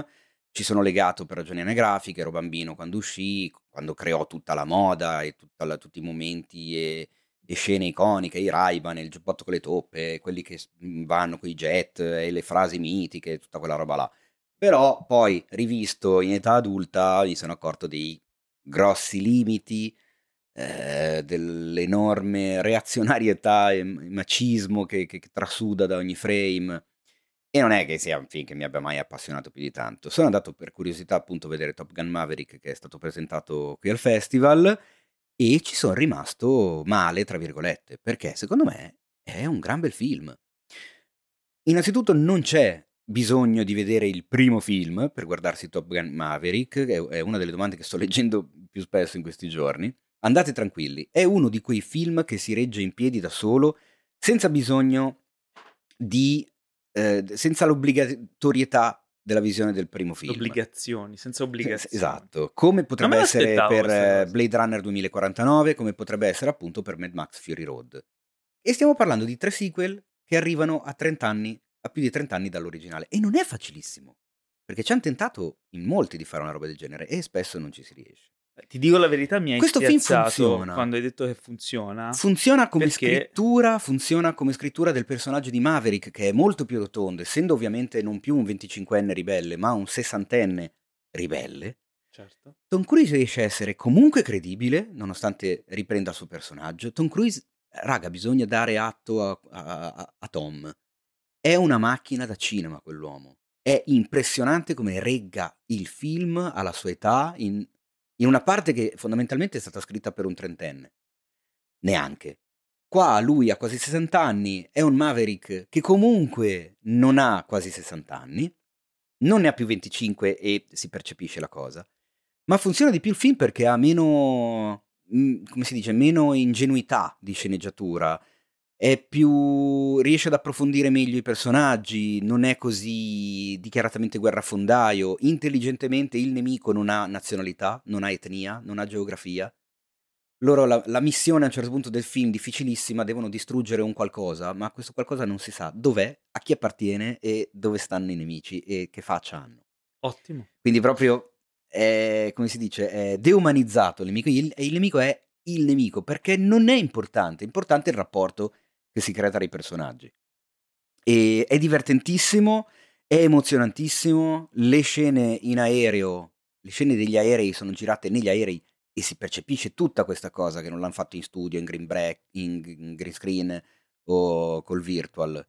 ci sono legato per ragioni anagrafiche, ero bambino quando uscì, quando creò tutta la moda e tutta la- tutti i momenti e, e scene iconiche, i Ray-Ban, il giubbotto con le toppe, quelli che s- vanno con i jet e le frasi mitiche, tutta quella roba là. Però poi, rivisto in età adulta, mi sono accorto dei grossi limiti, eh, dell'enorme reazionarietà e m- macismo che, che- che trasuda da ogni frame. E non è che sia un film che mi abbia mai appassionato più di tanto. Sono andato per curiosità appunto a vedere Top Gun Maverick, che è stato presentato qui al festival, e ci sono rimasto male, tra virgolette, perché secondo me è un gran bel film. Innanzitutto non c'è bisogno di vedere il primo film per guardarsi Top Gun Maverick, che è è una delle domande che sto leggendo più spesso in questi giorni. Andate tranquilli, è uno di quei film che si regge in piedi da solo, senza bisogno di... eh, senza l'obbligatorietà della visione del primo film. Obbligazioni, senza Se- obbligazioni. Esatto, come Non potrebbe me essere l'aspettavo per questa eh, cosa. Blade Runner duemilaquarantanove, come potrebbe essere appunto per Mad Max Fury Road. E stiamo parlando di tre sequel che arrivano a trenta anni, a più di trenta anni dall'originale. E non è facilissimo, perché ci hanno tentato in molti di fare una roba del genere e spesso non ci si riesce. Eh, Ti dico la verità, mi hai Questo film spiazzato funziona. quando hai detto che funziona, Funziona come perché scrittura, funziona come scrittura del personaggio di Maverick, che è molto più rotondo, essendo ovviamente non più un venticinquenne ribelle, ma un sessantenne ribelle. certo. Tom Cruise riesce a essere comunque credibile, nonostante riprenda il suo personaggio. Tom Cruise, raga, bisogna dare atto a, a- a- a Tom. È una macchina da cinema quell'uomo. È impressionante come regga il film alla sua età in, in una parte che fondamentalmente è stata scritta per un trentenne. Neanche. Qua lui ha quasi sessanta anni, è un Maverick che comunque non ha quasi sessanta anni, non ne ha più venticinque e si percepisce la cosa. Ma funziona di più il film perché ha meno, mm, come si dice, meno ingenuità di sceneggiatura, è più, riesce ad approfondire meglio i personaggi, non è così dichiaratamente guerrafondaio, intelligentemente il nemico non ha nazionalità, non ha etnia, non ha geografia. Loro la, la missione a un certo punto del film, difficilissima, devono distruggere un qualcosa, ma questo qualcosa non si sa dov'è, a chi appartiene e dove stanno i nemici e che faccia hanno. Ottimo. Quindi proprio, è, come si dice, è deumanizzato il nemico, il, e il nemico è il nemico, perché non è importante, è importante il rapporto che si crea tra i personaggi. E è divertentissimo, è emozionantissimo, le scene in aereo, le scene degli aerei sono girate negli aerei e si percepisce tutta questa cosa che non l'hanno fatto in studio, in green, break, in, in green screen o col virtual.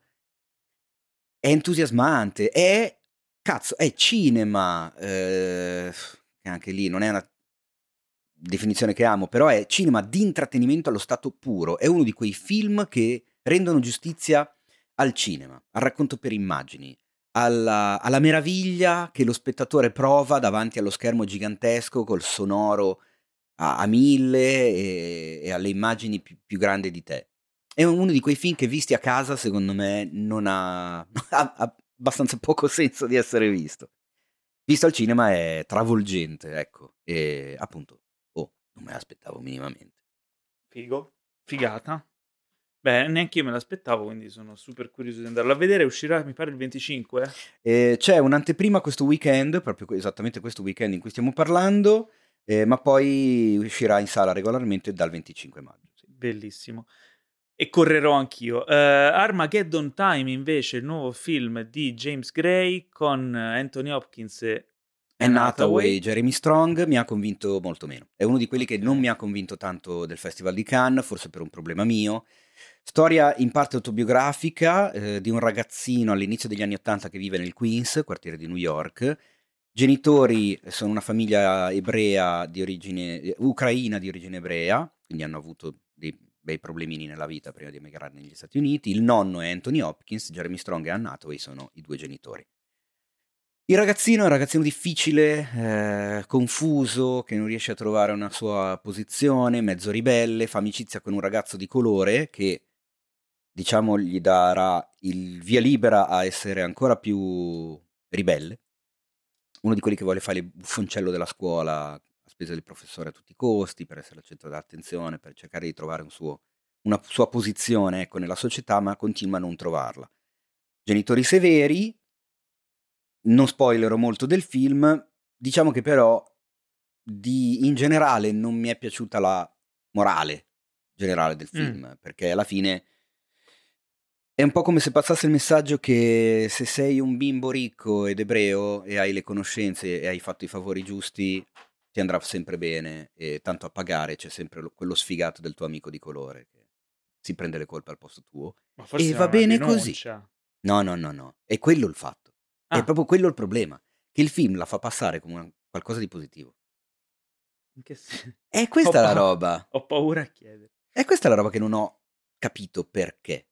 È entusiasmante, è cazzo, è cinema, eh, che anche lì non è una definizione che amo, però è cinema di intrattenimento allo stato puro, è uno di quei film che rendono giustizia al cinema, al racconto per immagini, alla, alla meraviglia che lo spettatore prova davanti allo schermo gigantesco col sonoro a, a mille e, e alle immagini più, più grandi di te. È uno di quei film che visti a casa, secondo me, non ha, ha, ha abbastanza poco senso di essere visto. Visto al cinema è travolgente, ecco, e appunto, oh, non me l'aspettavo minimamente. Figo. Figata. Beh, neanche io me l'aspettavo, quindi sono super curioso di andarlo a vedere. Uscirà, mi pare, il venticinque? E c'è un'anteprima questo weekend, proprio que- esattamente questo weekend in cui stiamo parlando, eh, ma poi uscirà in sala regolarmente dal venticinque maggio. Sì. Bellissimo. E correrò anch'io. Eh, Armageddon Time, invece, il nuovo film di James Gray con Anthony Hopkins e Anne Anne Hathaway, Hathaway. Jeremy Strong mi ha convinto molto meno. È uno di quelli che Ok. non mi ha convinto tanto del Festival di Cannes, forse per un problema mio. Storia in parte autobiografica eh, di un ragazzino all'inizio degli anni Ottanta che vive nel Queens, quartiere di New York. Genitori sono una famiglia ebrea di origine, eh, ucraina di origine ebrea, quindi hanno avuto dei bei problemini nella vita prima di emigrare negli Stati Uniti. Il nonno è Anthony Hopkins, Jeremy Strong e Anne Hathaway sono i due genitori. Il ragazzino è un ragazzino difficile, eh, confuso, che non riesce a trovare una sua posizione, mezzo ribelle, fa amicizia con un ragazzo di colore che, diciamo, gli darà il via libera a essere ancora più ribelle. Uno di quelli che vuole fare il buffoncello della scuola a spese del professore a tutti i costi, per essere al centro dell'attenzione, per cercare di trovare un suo, una sua posizione, ecco, nella società, ma continua a non trovarla. Genitori severi, non spoilerò molto del film, diciamo che però di, in generale non mi è piaciuta la morale generale del film, mm. perché alla fine è un po' come se passasse il messaggio che se sei un bimbo ricco ed ebreo e hai le conoscenze e hai fatto i favori giusti, ti andrà sempre bene, e tanto a pagare c'è sempre lo, quello sfigato del tuo amico di colore che si prende le colpe al posto tuo. Ma forse e va bene così. denuncia. No, no, no, no. È quello il fatto. Ah. È proprio quello il problema. Che il film la fa passare come una, qualcosa di positivo. In che senso? È questa ho la pa- roba. Ho paura a chiedere. È questa la roba che non ho capito perché.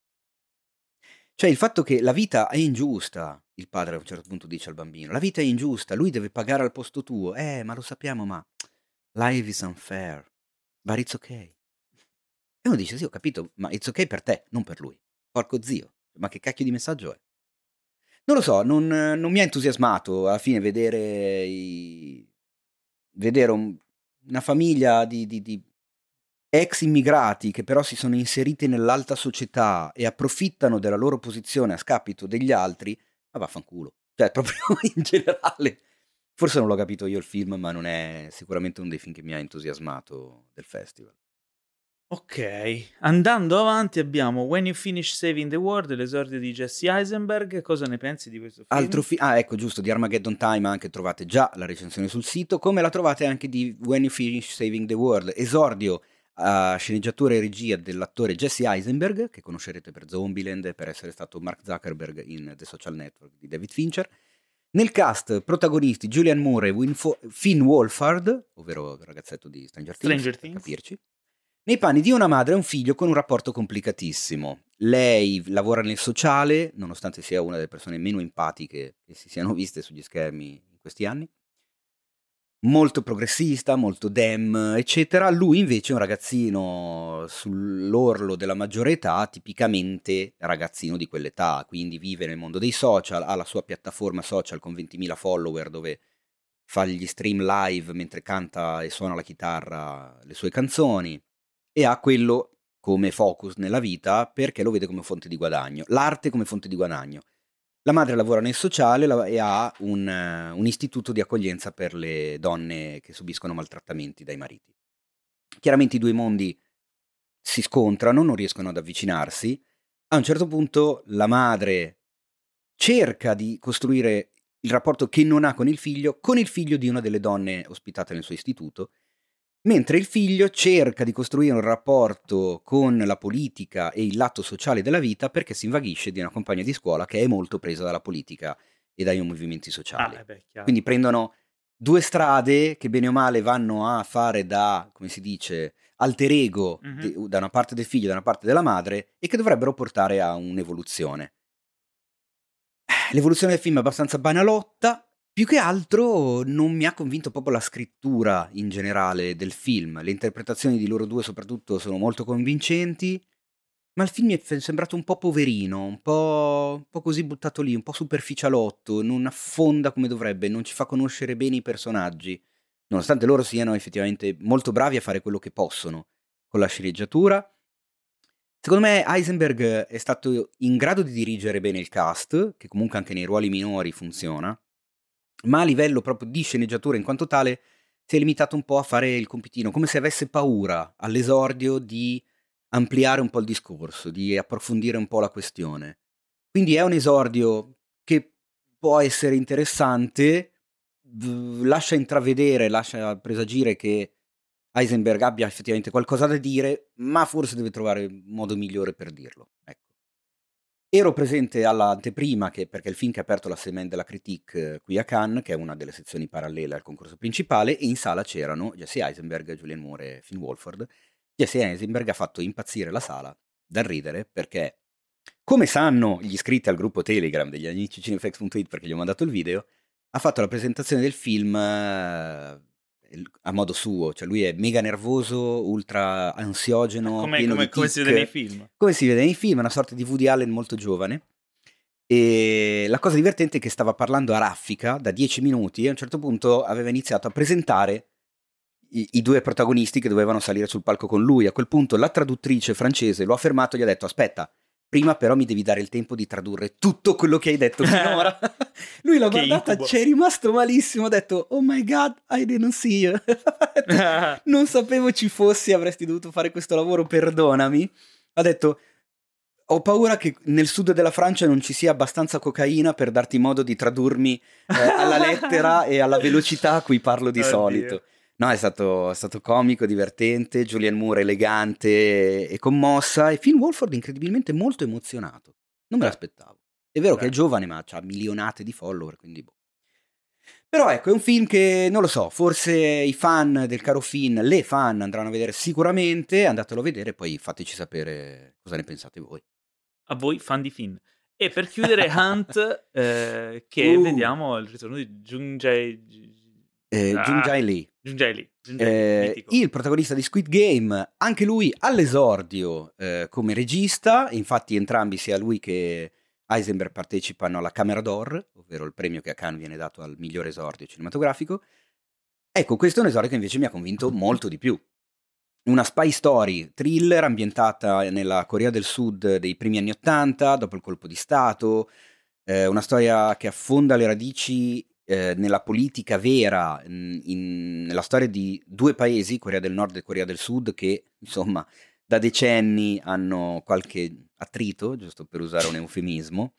Cioè il fatto che la vita è ingiusta, il padre a un certo punto dice al bambino, la vita è ingiusta, lui deve pagare al posto tuo. Eh, ma lo sappiamo, ma life is unfair, but it's okay. E uno dice, sì, ho capito, ma it's okay per te, non per lui. Porco zio, ma che cacchio di messaggio è? Non lo so, non, non mi ha entusiasmato alla fine vedere i... vedere un... una famiglia di, di, di ex immigrati che però si sono inseriti nell'alta società e approfittano della loro posizione a scapito degli altri, ma vaffanculo. Cioè, proprio in generale. Forse non l'ho capito io il film, ma non è sicuramente uno dei film che mi ha entusiasmato del festival. Ok, andando avanti abbiamo When You Finish Saving the World, l'esordio di Jesse Eisenberg. Cosa ne pensi di questo film? Altro film, ah ecco giusto, di Armageddon Time anche trovate già la recensione sul sito, come la trovate anche di When You Finish Saving the World, esordio a sceneggiatura e regia dell'attore Jesse Eisenberg, che conoscerete per Zombieland e per essere stato Mark Zuckerberg in The Social Network di David Fincher. Nel cast protagonisti Julianne Moore e Winfo- Finn Wolfhard, ovvero il ragazzetto di Stranger Things, Stranger per Things. capirci, nei panni di una madre e un figlio con un rapporto complicatissimo. Lei lavora nel sociale, nonostante sia una delle persone meno empatiche che si siano viste sugli schermi in questi anni. Molto progressista, molto dem, eccetera. Lui invece è un ragazzino sull'orlo della maggiore età, tipicamente ragazzino di quell'età, quindi vive nel mondo dei social, ha la sua piattaforma social con ventimila follower dove fa gli stream live mentre canta e suona la chitarra le sue canzoni, e ha quello come focus nella vita perché lo vede come fonte di guadagno, l'arte come fonte di guadagno. La madre lavora nel sociale e ha un, uh, un istituto di accoglienza per le donne che subiscono maltrattamenti dai mariti. Chiaramente i due mondi si scontrano, non riescono ad avvicinarsi. A un certo punto la madre cerca di costruire il rapporto che non ha con il figlio, con il figlio di una delle donne ospitate nel suo istituto, mentre il figlio cerca di costruire un rapporto con la politica e il lato sociale della vita perché si invaghisce di una compagna di scuola che è molto presa dalla politica e dai movimenti sociali. Ah, beh, Quindi prendono due strade che bene o male vanno a fare da, come si dice, alter ego mm-hmm. de, da una parte del figlio e da una parte della madre, e che dovrebbero portare a un'evoluzione. L'evoluzione del film è abbastanza banalotta. Più che altro non mi ha convinto proprio la scrittura in generale del film. Le interpretazioni di loro due soprattutto sono molto convincenti, ma il film mi è sembrato un po' poverino, un po', un po' così buttato lì, un po' superficialotto, non affonda come dovrebbe, non ci fa conoscere bene i personaggi, nonostante loro siano effettivamente molto bravi a fare quello che possono con la sceneggiatura. Secondo me Eisenberg è stato in grado di dirigere bene il cast, che comunque anche nei ruoli minori funziona, ma a livello proprio di sceneggiatura in quanto tale si è limitato un po' a fare il compitino, come se avesse paura all'esordio di ampliare un po' il discorso, di approfondire un po' la questione. Quindi è un esordio che può essere interessante, lascia intravedere, lascia presagire che Eisenberg abbia effettivamente qualcosa da dire, ma forse deve trovare un modo migliore per dirlo. Ecco. Ero presente all'anteprima, che, perché il film che ha aperto la Semaine de la Critique qui a Cannes, che è una delle sezioni parallele al concorso principale, e in sala c'erano Jesse Eisenberg, Julianne Moore e Finn Wolfhard. Jesse Eisenberg ha fatto impazzire la sala dal ridere perché, come sanno gli iscritti al gruppo Telegram degli amici cinefx punto it, perché gli ho mandato il video, ha fatto la presentazione del film a modo suo, cioè lui è mega nervoso, ultra ansiogeno, come, pieno come, di come si vede nei film. Come si vede nei film, è una sorta di Woody Allen molto giovane. E la cosa divertente è che stava parlando a raffica da dieci minuti e a un certo punto aveva iniziato a presentare i, i due protagonisti che dovevano salire sul palco con lui. A quel punto la traduttrice francese lo ha fermato e gli ha detto: aspetta, prima però mi devi dare il tempo di tradurre tutto quello che hai detto finora. Lui l'ha Che guardata, incubo. c'è rimasto malissimo, ha detto oh my god, I didn't see you. Non sapevo ci fossi, avresti dovuto fare questo lavoro, perdonami. Ha detto ho paura che nel sud della Francia non ci sia abbastanza cocaina per darti modo di tradurmi eh, alla lettera e alla velocità a cui parlo di Oddio. solito. No, è stato, è stato comico, divertente, Julianne Moore elegante e, e commossa, e Finn Wolfhard incredibilmente molto emozionato. Non me l'aspettavo. È vero Beh. che è giovane, ma ha milionate di follower, quindi boh. Però ecco, è un film che, non lo so, forse i fan del caro Finn, le fan andranno a vedere sicuramente, andatelo a vedere, poi fateci sapere cosa ne pensate voi. A voi fan di Finn. E per chiudere Hunt, eh, che Uh. vediamo il ritorno di Jung Jae... Eh, Ah. Jung Jae Lee. Jung Jae Lee. Jung Jae Lee, Eh, mitico. il protagonista di Squid Game, anche lui all'esordio eh, come regista, infatti entrambi, sia lui che Heisenberg, partecipano alla Camera d'Or, ovvero il premio che a Cannes viene dato al miglior esordio cinematografico. Ecco, questo è un esordio che invece mi ha convinto molto di più. Una spy story thriller ambientata nella Corea del Sud dei primi anni Ottanta, dopo il colpo di Stato, eh, una storia che affonda le radici eh, nella politica vera, in, in, nella storia di due paesi, Corea del Nord e Corea del Sud, che insomma da decenni hanno qualche attrito, giusto per usare un eufemismo.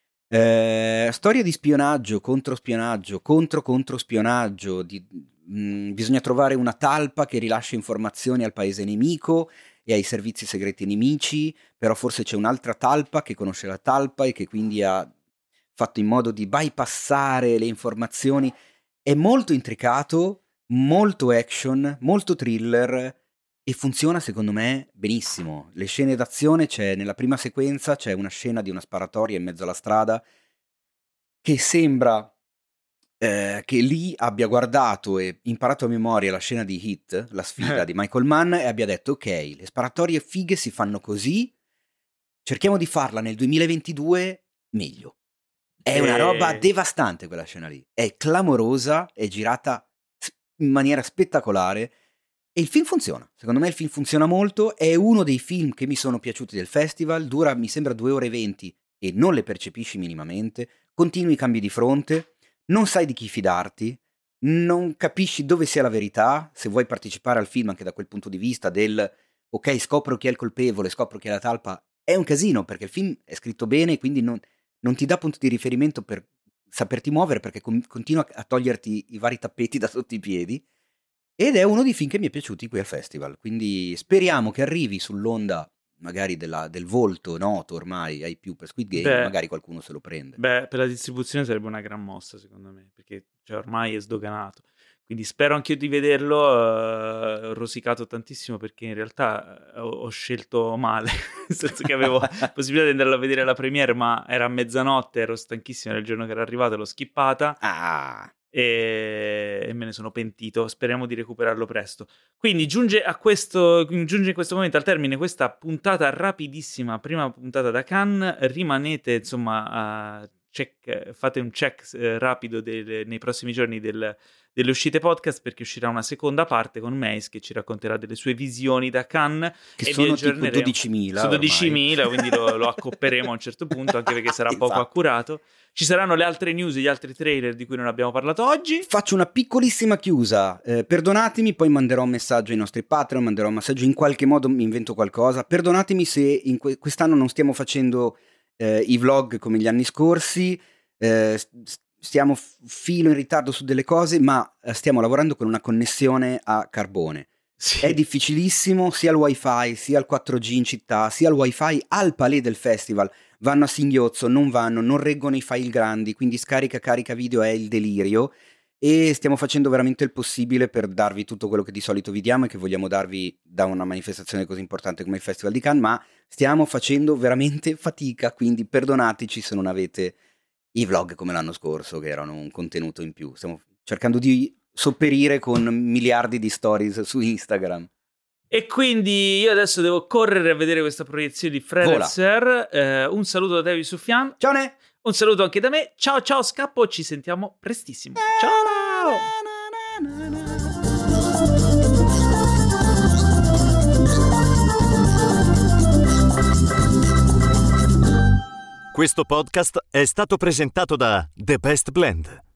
Eh, storia di spionaggio, controspionaggio, contro-controspionaggio, di, mh, bisogna trovare una talpa che rilascia informazioni al paese nemico e ai servizi segreti nemici, però forse c'è un'altra talpa che conosce la talpa e che quindi ha fatto in modo di bypassare le informazioni. È molto intricato, molto action, molto thriller e funziona secondo me benissimo. Le scene d'azione, c'è nella prima sequenza c'è una scena di una sparatoria in mezzo alla strada che sembra eh, che Lee abbia guardato e imparato a memoria la scena di Hit, la sfida di Michael Mann, e abbia detto ok, le sparatorie fighe si fanno così, cerchiamo di farla nel duemilaventidue meglio. È una roba devastante quella scena lì, è clamorosa, è girata in maniera spettacolare e il film funziona. Secondo me il film funziona molto, è uno dei film che mi sono piaciuti del festival, dura mi sembra due ore e venti e non le percepisci minimamente, continui cambi di fronte, non sai di chi fidarti, non capisci dove sia la verità, se vuoi partecipare al film anche da quel punto di vista del ok, scopro chi è il colpevole, scopro chi è la talpa, è un casino perché il film è scritto bene e quindi non, non ti dà punto di riferimento per saperti muovere perché com- continua a toglierti i vari tappeti da sotto i piedi, ed è uno dei film che mi è piaciuti qui al festival, quindi speriamo che arrivi sull'onda magari della, del volto noto ormai ai più per Squid Game, Beh, magari qualcuno se lo prende. Beh, per la distribuzione sarebbe una gran mossa secondo me, perché cioè, ormai è sdoganato. Quindi spero anche io di vederlo. Uh, ho rosicato tantissimo perché in realtà ho, ho scelto male, nel senso che avevo possibilità di andarlo a vedere alla premiere, ma era a mezzanotte, ero stanchissimo, era il giorno che era arrivato, l'ho skippata. Ah. E... e me ne sono pentito. Speriamo di recuperarlo presto. Quindi giunge a questo giunge in questo momento al termine questa puntata rapidissima, prima puntata da Cannes. Rimanete insomma a check, fate un check eh, rapido del, nei prossimi giorni del, delle uscite podcast, perché uscirà una seconda parte con Mace che ci racconterà delle sue visioni da Cannes, che e sono vi tipo dodicimila su dodicimila, quindi lo, lo accopperemo a un certo punto, anche perché sarà esatto. poco accurato. Ci saranno le altre news, gli altri trailer di cui non abbiamo parlato oggi. Faccio una piccolissima chiusa, eh, perdonatemi, poi manderò un messaggio ai nostri Patreon, manderò un messaggio, in qualche modo mi invento qualcosa. Perdonatemi se in que- quest'anno non stiamo facendo eh, i vlog come gli anni scorsi, eh, stiamo f- filo in ritardo su delle cose, ma stiamo lavorando con una connessione a carbone. Sì. È difficilissimo, sia il wifi, sia il quattro G in città, sia il wifi al palais del festival. Vanno a singhiozzo, non vanno, non reggono i file grandi, quindi scarica, carica video è il delirio, e stiamo facendo veramente il possibile per darvi tutto quello che di solito vi diamo e che vogliamo darvi da una manifestazione così importante come il Festival di Cannes, ma stiamo facendo veramente fatica, quindi perdonateci se non avete i vlog come l'anno scorso, che erano un contenuto in più. Stiamo cercando di sopperire con miliardi di stories su Instagram. E quindi io adesso devo correre a vedere questa proiezione di Fred e Sir. Eh, un saluto da David Sufjan. Ciao Ne! Un saluto anche da me. Ciao ciao, scappo, ci sentiamo prestissimo. Ciao! Questo podcast è stato presentato da The Best Blend,